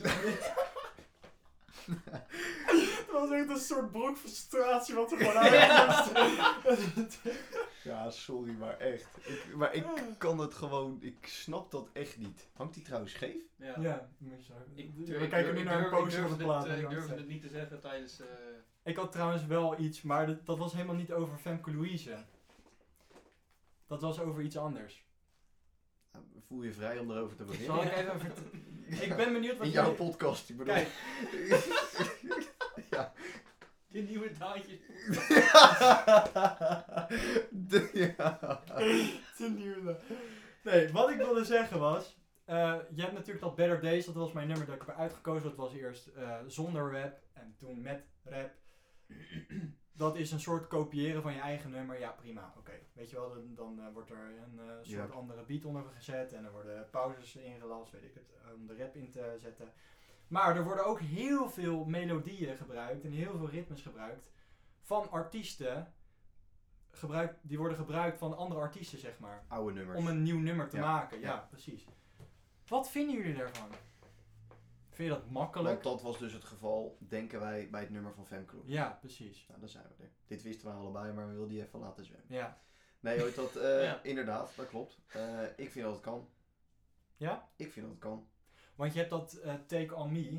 Het was echt een soort brok frustratie wat er gewoon uit Ja, sorry, maar echt. Ik kan het gewoon... Ik snap dat echt niet. Hangt hij trouwens scheef? Ja. Ja, we kijken nu ik naar een durf- poster ik van de durfde plaat. het, ik durfde het niet te zeggen tijdens... Ik had trouwens wel iets, maar dat was helemaal niet over Femke Louise. Dat was over iets anders. Voel je vrij om erover te Zal beginnen? ik even Ik ben benieuwd wat In jouw jij... podcast, ik bedoel. Kijk. Ja. Die nieuwe daadje. Ja. Te nieuw. Nee, wat ik wilde zeggen was... je hebt natuurlijk dat Better Days, dat was mijn nummer dat ik heb uitgekozen. Dat was eerst zonder rap en toen met rap. Dat is een soort kopiëren van je eigen nummer. Ja, prima. Oké. Weet je wel, dan wordt er een soort andere beat onder gezet. En er worden pauzes ingelast, weet ik het, om de rap in te zetten. Maar er worden ook heel veel melodieën gebruikt en heel veel ritmes gebruikt van artiesten. Die worden gebruikt van andere artiesten, zeg maar. Oude nummers. Om een nieuw nummer te Ja. maken. Ja, Ja. precies. Wat vinden jullie daarvan? Vind je dat makkelijk? Want dat was dus het geval, denken wij, bij het nummer van Femke Louise. Ja, precies. Nou, daar zijn we er. Dit wisten we allebei, maar we wilden die even laten zwemmen. Ja. Nee, hoor, dat, Ja. inderdaad, dat klopt. Ik vind dat het kan. Ja? Ik vind dat het kan. Want je hebt dat Take On Me.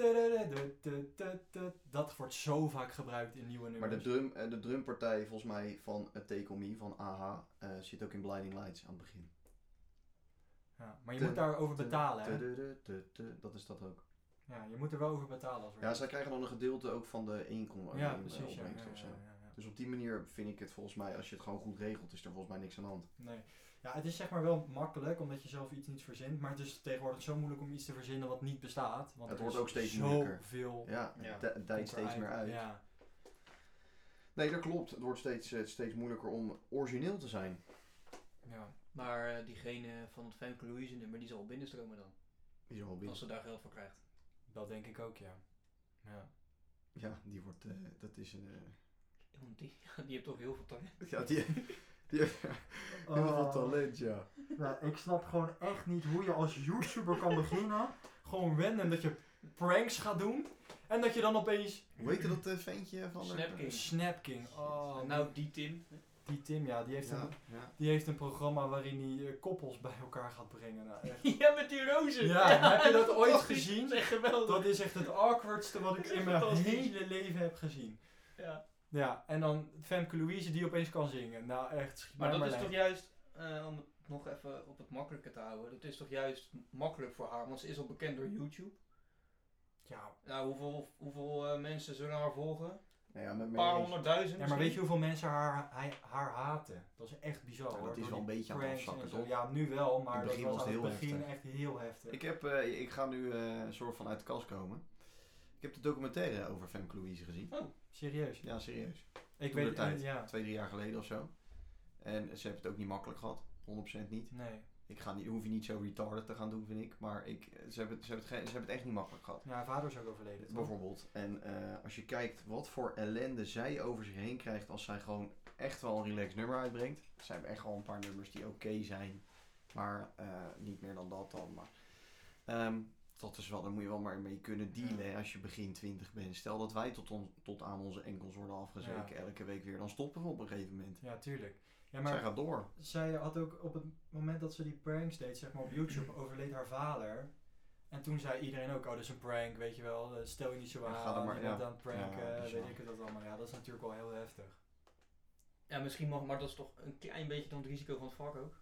Dat wordt zo vaak gebruikt in nieuwe Maar nummers. de drumpartij volgens mij van Take On Me, van AHA, zit ook in Blinding Lights aan het begin. Ja, maar je moet daarover betalen, hè? Dat is dat ook. Ja, je moet er wel over betalen als Ja, zij krijgen dan een gedeelte ook van de inkomsten. Ja, precies. Ja, opbrengst ja, of zo. ja. Dus op die manier vind ik het volgens mij, als je het gewoon goed regelt, is er volgens mij niks aan de hand. Nee. Ja, het is zeg maar wel makkelijk, omdat je zelf iets niet verzint. Maar het is tegenwoordig zo moeilijk om iets te verzinnen wat niet bestaat. Want Het er wordt is ook steeds moeilijker. Zoveel Ja, Ja. het dijt steeds meer uit. Ja. Nee, dat klopt. Het wordt steeds moeilijker om origineel te zijn. Ja. Maar diegene van het Femke Louise nummer, die zal binnenstromen dan. Die is al binnen. Als ze daar geld voor krijgt. Dat denk ik ook, ja. Ja. Ja, die wordt, dat is een... Want die heeft toch heel veel talent. ja, die heeft heel veel talent, ja. Nou, ik snap gewoon echt niet hoe je als YouTuber kan beginnen. Gewoon random dat je pranks gaat doen. En dat je dan opeens... Hoe heette dat ventje van... Snapking. Snapking. Oh, Nou, die Tim. die Tim, ja, die heeft, Ja, een, ja. die heeft een programma waarin hij koppels bij elkaar gaat brengen. Nou, echt. Ja, met die rozen. Ja, heb je dat ooit fantastisch. gezien? Dat is echt geweldig. Dat is echt het awkwardste wat ik in mijn Fantastisch. hele leven heb gezien. Ja. Ja, en dan Femke Louise die opeens kan zingen. Nou echt, schiet Maar mij dat is lek. toch juist, om het nog even op het makkelijke te houden, dat is toch juist makkelijk voor haar, want ze is al bekend door YouTube. Ja, Nou, hoeveel mensen zullen haar volgen? Nou ja, met Een paar mij honderdduizend ja, maar weet je hoeveel mensen haar haten? Dat is echt bizar Ja, hoor. dat is Door wel een die beetje aan het pranks en afzakken, zo. toch? Ja, nu wel, maar In het dat begin was was aan het het heel begin heftig. echt heel heftig. Ik ga nu een soort van uit de kast komen. Ik heb de documentaire over Femke Louise gezien. Serieus. Ja, serieus. Ik Toen weet de tijd. ja. 2-3 jaar geleden of zo. En ze hebben het ook niet makkelijk gehad. 100% niet. Nee. Hoef je niet zo retarded te gaan doen, vind ik. Maar ze hebben het echt niet makkelijk gehad. Ja, haar vader is ook overleden. toch? Bijvoorbeeld. En als je kijkt wat voor ellende zij over zich heen krijgt als zij gewoon echt wel een relaxed nummer uitbrengt. Ze hebben echt wel een paar nummers die oké zijn. Maar niet meer dan dat dan. Maar, dat is wel, daar moet je wel maar mee kunnen dealen hè, als je begin 20 bent. Stel dat wij tot aan onze enkels worden afgezeken elke week weer. Dan stoppen we op een gegeven moment. Ja, tuurlijk. Ja, Zij maar gaat door. zij had ook op het moment dat ze die pranks deed, zeg maar op YouTube, overleed haar vader. En toen zei iedereen ook, oh, dat is een prank, weet je wel. Stel je niet zo Ja, aan, ga er maar, je bent ja. aan het pranken, Ja, bizar. weet ik het dat allemaal. Ja, dat is natuurlijk wel heel heftig. Ja, misschien mag, maar dat is toch een klein beetje dan het risico van het vak ook.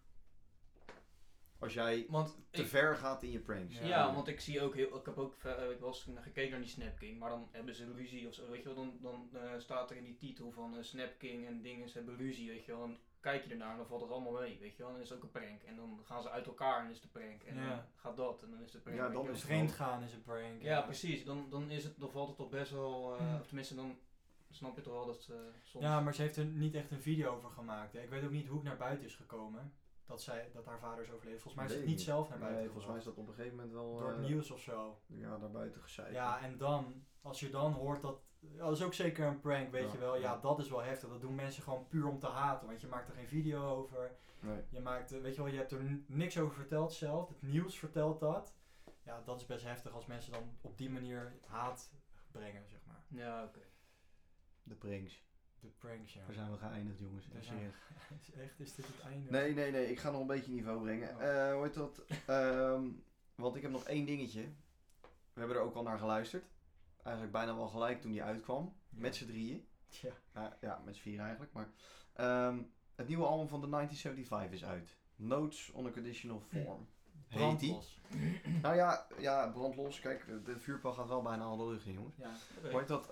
Als jij Want te ver gaat in je pranks. Ja, want ik zie ook ik heb ook ik was toen gekeken naar die Snap King, maar dan hebben ze ruzie of zo, weet je wel, dan staat er in die titel van Snap King en dingen, ze hebben ruzie, weet je wel, dan kijk je ernaar en dan valt het allemaal mee, weet je wel, en dan is het ook een prank, en dan gaan ze uit elkaar en is het een prank, en dan gaat dat, en dan is het een prank. Ja, weet dan je wel. is het Vreemd gaan is een prank. Ja, precies, dan valt het toch best wel, of tenminste dan snap je toch wel dat soms... Ja, maar ze heeft er niet echt een video over gemaakt. Hè. Ik weet ook niet hoe het naar buiten is gekomen. Dat haar vader is overleden. Volgens mij is het niet zelf naar buiten Nee, volgens mij is gebracht. dat op een gegeven moment wel... Door het nieuws of zo. Ja, naar buiten gezeid. Ja, en dan, als je dan hoort dat... Dat is ook zeker een prank, weet Ja, je wel. Ja, ja. dat is wel heftig. Dat doen mensen gewoon puur om te haten. Want je maakt er geen video over. Nee. Je maakt, weet je wel, je hebt er niks over verteld zelf. Het nieuws vertelt dat. Ja, dat is best heftig als mensen dan op die manier haat brengen, zeg maar. Ja, oké. De pranks. De pranks, ja. Daar zijn we geëindigd, jongens. Daar Serieus. zijn- Echt, is dit het einde? Nee. Ik ga nog een beetje niveau brengen. Oh. Hoe heet dat? Want ik heb nog één dingetje. We hebben er ook al naar geluisterd. Eigenlijk bijna wel gelijk toen die uitkwam. Ja. Met z'n drieën. Ja. Ja, met z'n vier eigenlijk. Maar het nieuwe album van de 1975 is uit. Notes on a Conditional Form. Heet die. Brandlos. Nou ja, brandlos. Kijk, de vuurpijl gaat wel bijna al de lucht in, jongens. Ja. Oké. Hoe heet dat?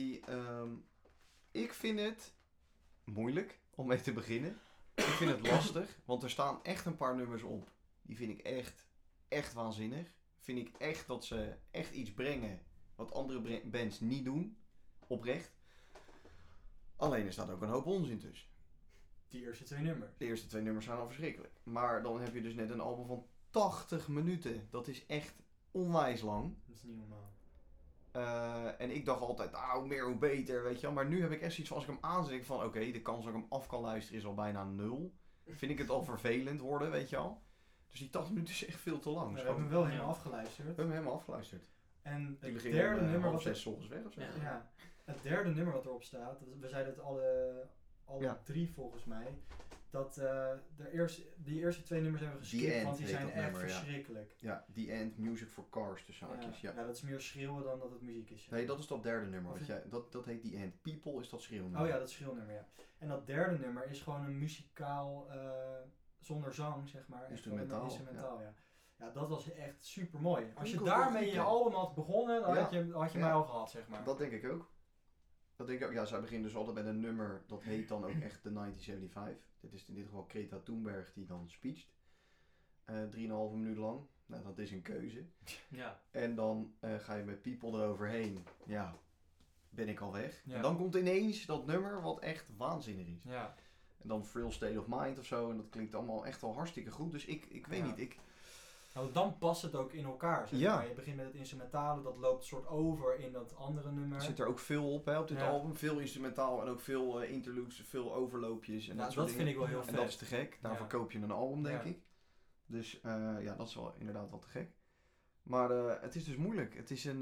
Ik vind het moeilijk om mee te beginnen. Ik vind het lastig, want er staan echt een paar nummers op. Die vind ik echt waanzinnig. Vind ik echt dat ze echt iets brengen wat andere bands niet doen. Oprecht. Alleen er staat ook een hoop onzin tussen. Die eerste twee nummers. De eerste twee nummers zijn al verschrikkelijk. Maar dan heb je dus net een album van 80 minuten. Dat is echt onwijs lang. Dat is niet normaal. En ik dacht altijd, hoe meer hoe beter, weet je wel. Maar nu heb ik echt zoiets van, als ik hem aanzet, denk ik van, oké, de kans dat ik hem af kan luisteren is al bijna 0. Vind ik het al vervelend worden, weet je wel. Dus die 80 minuten is echt veel te lang. We Dus hebben hem gewoon- wel helemaal Ja. afgeluisterd. we hebben hem helemaal afgeluisterd. En Die het beginnen derde nummer half wat 6 's ochtends weg of zo. Ja. ja, het derde nummer wat erop staat, we zeiden het alle Ja. 3 volgens mij, dat die eerste 2 nummers hebben we The geskipt, End want die heet zijn dat echt nummer, ja. verschrikkelijk. Ja, The End, Music for Cars, tussen haakjes. Ja. Ja, dat is meer schreeuwen dan dat het muziek is. Ja. Nee, dat is dat derde nummer. Of Wat is- jij, dat heet The End. People is dat schreeuwnummer. Oh ja, dat schreeuwnummer, ja. En dat derde nummer is gewoon een muzikaal, zonder zang, zeg maar. Echt gewoon Instrumentaal, een instrumentaal, ja. Ja, dat was echt super mooi. Als je Ook daarmee goed, je ja. album had begonnen, dan Ja. had je Ja. mij al gehad, zeg maar. Dat denk ik ook. Ja, zij beginnen dus altijd met een nummer, dat heet dan ook echt de 1975. Dit is in dit geval Greta Thunberg die dan speecht. 3,5 minuut lang. Nou, dat is een keuze. Ja. En dan ga je met People eroverheen. Ja, ben ik al weg. Ja. En dan komt ineens dat nummer wat echt waanzinnig is. Ja. En dan Frill State of Mind of zo. En dat klinkt allemaal echt wel hartstikke goed. Dus ik weet Ja. niet. Nou, dan past het ook in elkaar, zeg Ja. maar. Je begint met het instrumentale, dat loopt soort over in dat andere nummer. Er zit er ook veel op hè, op dit Ja. album. Veel instrumentaal en ook veel interludes, veel overloopjes. En Ja, dat soort dat dingen. vind ik wel heel En dat vet. is te gek. Daarvoor Ja. koop je een album, denk Ja. ik. Dus ja, dat is wel inderdaad wel te gek. Maar het is dus moeilijk. Het is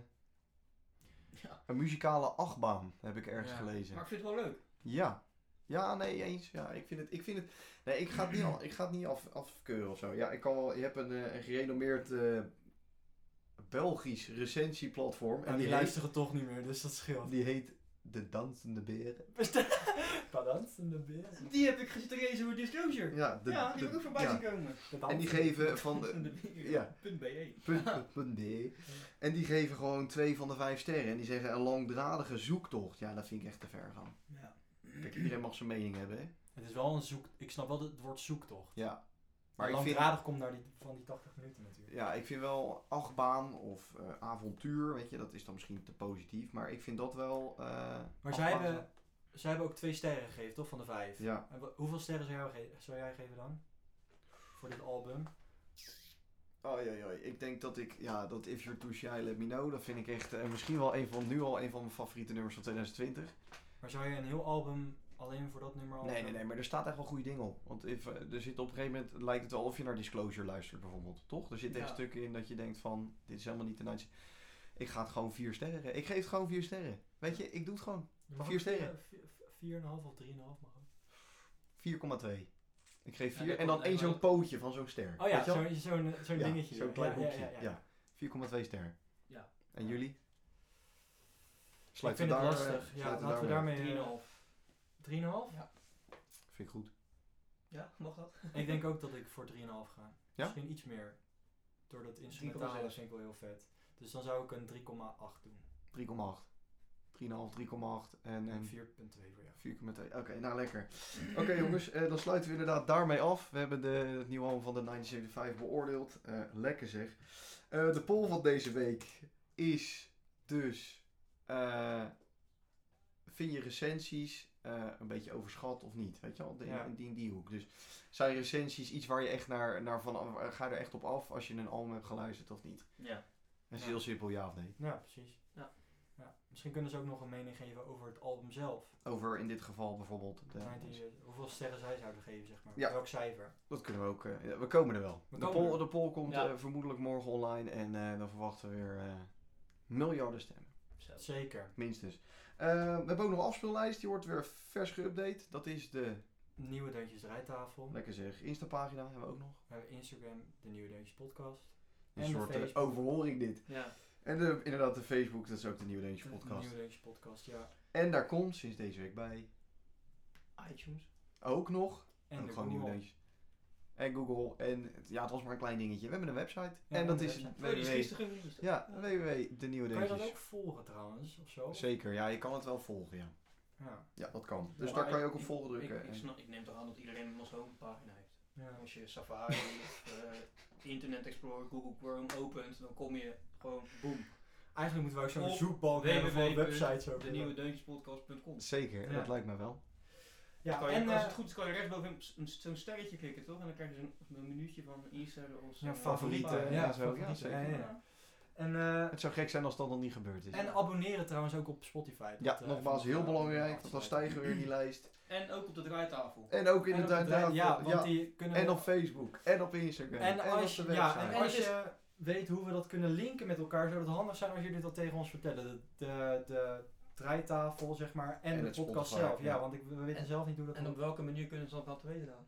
Ja. een muzikale achtbaan, heb ik ergens Ja. gelezen. Maar ik vind het wel leuk. Ja. Ja, nee, eens. Ja, ik vind het nee, ik ga het niet afkeuren of zo. Ja, je hebt een gerenommeerd Belgisch recensieplatform. En die luisteren toch niet meer, dus dat scheelt. die heet De Dansende Beren. Padansende beer. Die heb ik gelezen voor Disclosure. Ja, Die heb ik ook voorbij zien komen. En die geven van ja. .be. .be. En die geven gewoon 2 van de 5 sterren. En die zeggen een langdradige zoektocht. Ja, dat vind ik echt te ver gaan. Ja. Kijk, iedereen mag zijn mening hebben, hè? Het is wel een ik snap wel het woord zoektocht. Ja. Maar ik vind, langdradig komt naar van die 80 minuten natuurlijk. ja, ik vind wel achtbaan of avontuur, weet je, dat is dan misschien te positief. Maar ik vind dat wel... Maar zij hebben zij hebben ook 2 sterren gegeven, toch? Van de 5. Ja. En hoeveel sterren zou jij geven dan? Voor dit album? Oei. Ik denk dat dat If You're Too Shy, Let Me Know, dat vind ik echt misschien wel nu al een van mijn favoriete nummers van 2020. Maar zou je een heel album alleen voor dat nummer al... Nee, maar er staat echt wel goede dingen op. Want er zit op een gegeven moment, lijkt het wel of je naar Disclosure luistert bijvoorbeeld, toch? Er zitten echt stukken in dat je denkt van, dit is helemaal niet de nice. Ik ga het gewoon 4 sterren geven. Ik geef het gewoon 4 sterren. Weet je, ik doe het gewoon. 4 sterren. 4,5 of 3,5 mag ook. 4,2. Ik geef 4 dat en dan komt één echt zo'n wel- pootje van zo'n ster. Oh ja, Weet je wel? zo'n dingetje. Zo'n klein hoekje. Ja. Ja. 4,2 sterren. Ja. En jullie? Ik Sluiten vind we het daar, lastig. Ja, sluiten laten we daarmee... 3,5. 3,5? Ja. Vind ik goed. Ja, mag dat? Ik denk ook dat ik voor 3,5 ga. Ja? Misschien iets meer. Door dat instrumentale 3,6. vind ik wel heel vet. Dus dan zou ik een 3,8 doen. 3,8. 3,5, 3,8 en 4,2 voor jou. 4,2. Oké, nou lekker. Oké jongens, dan sluiten we inderdaad daarmee af. We hebben het nieuwe album van de 1975 beoordeeld. Lekker zeg. De poll van deze week is dus... vind je recensies een beetje overschat of niet? Weet je wel, in die hoek. Dus zijn recensies iets waar je echt naar van... Ga je er echt op af als je een album hebt geluisterd of niet? Ja. Dat is heel simpel, ja of nee. Ja, precies. Ja. Misschien kunnen ze ook nog een mening geven over het album zelf. Over in dit geval bijvoorbeeld... hoeveel sterren zij zouden geven, zeg maar. Ja. Welk cijfer. Dat kunnen we ook. We komen er wel. We komen De poll komt Ja. vermoedelijk morgen online en dan verwachten we weer miljarden stemmen. Zeker. Minstens. We hebben ook nog een afspeellijst. Die wordt weer vers geüpdate. Dat is de, Nieuwe Deuntjes Draaitafel. lekker zeg, Insta-pagina hebben we ook nog. We hebben Instagram, de Nieuwe Deuntjes podcast. Een En de soort Facebook. overhoring dit. Ja. En inderdaad de Facebook, dat is ook de Nieuwe Deuntjes De podcast. Nieuwe Deuntjes podcast, ja. En daar komt sinds deze week bij iTunes. ook nog. En ook de gewoon Nieuwe Google. Deuntjes. En Google. En ja, het was maar een klein dingetje. We hebben een website. Ja, en dat een is website. Oh, die is www. gisteren geweest. Ja, Ja. www.denieuwedeuntjes. Kan je dat ook volgen trouwens, of zo? Zeker, ja, je kan het wel volgen, ja. Ja. Ja, dat kan. Dus Ja, daar maar kan je ook op ik- volgen drukken. Ik neem toch aan dat iedereen een homepagina heeft. Ja. Als je Safari of Internet Explorer, Google Chrome opent, dan kom je gewoon boom. Eigenlijk moeten we ook zo'n Op zoekbalk hebben voor websites ook. De nieuwe deuntjespodcast.com. Zeker, Ja. dat lijkt mij wel. Ja, Kan je, en als het goed is, kan je rechtsboven zo'n sterretje klikken, toch? En dan krijg je zo'n minuutje van instellen als ja, favorieten. favorieten, Ja, ja, zo. favorieten. Ja, zeker. Ja, ja. En, Het zou gek zijn als dat nog niet gebeurd is. en abonneren trouwens ook op Spotify. Ja, Dat, nogmaals, even heel nog, belangrijk, want dan afsluiten. stijgen we weer in die lijst. En ook op de draaitafel. En ook in En de op tijd. ja, want die kunnen En op Facebook, en op Instagram, En als, op de ja, website. en als je weet hoe we dat kunnen linken met elkaar, zou het handig zijn als jullie dat tegen ons vertellen. De draaitafel, zeg maar, en de het podcast Spotify, zelf. Ja, ja. want we weten En- zelf niet hoe dat En op komt. welke manier kunnen ze dat laten weten dan?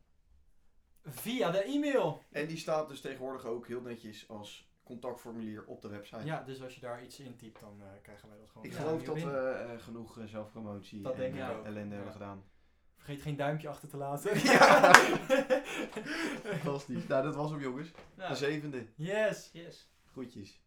Via de e-mail! En die staat dus tegenwoordig ook heel netjes als contactformulier op de website. Ja, dus als je daar iets intypt, dan krijgen wij dat gewoon. Ik via geloof de dat mail we binnen. genoeg zelfpromotie Dat en denk ik ook. ellende Ja. hebben gedaan. Vergeet geen duimpje achter te laten. Ja. Fantastisch. Nou, dat was hem jongens. Nou, De 7e. Yes! yes. Groetjes.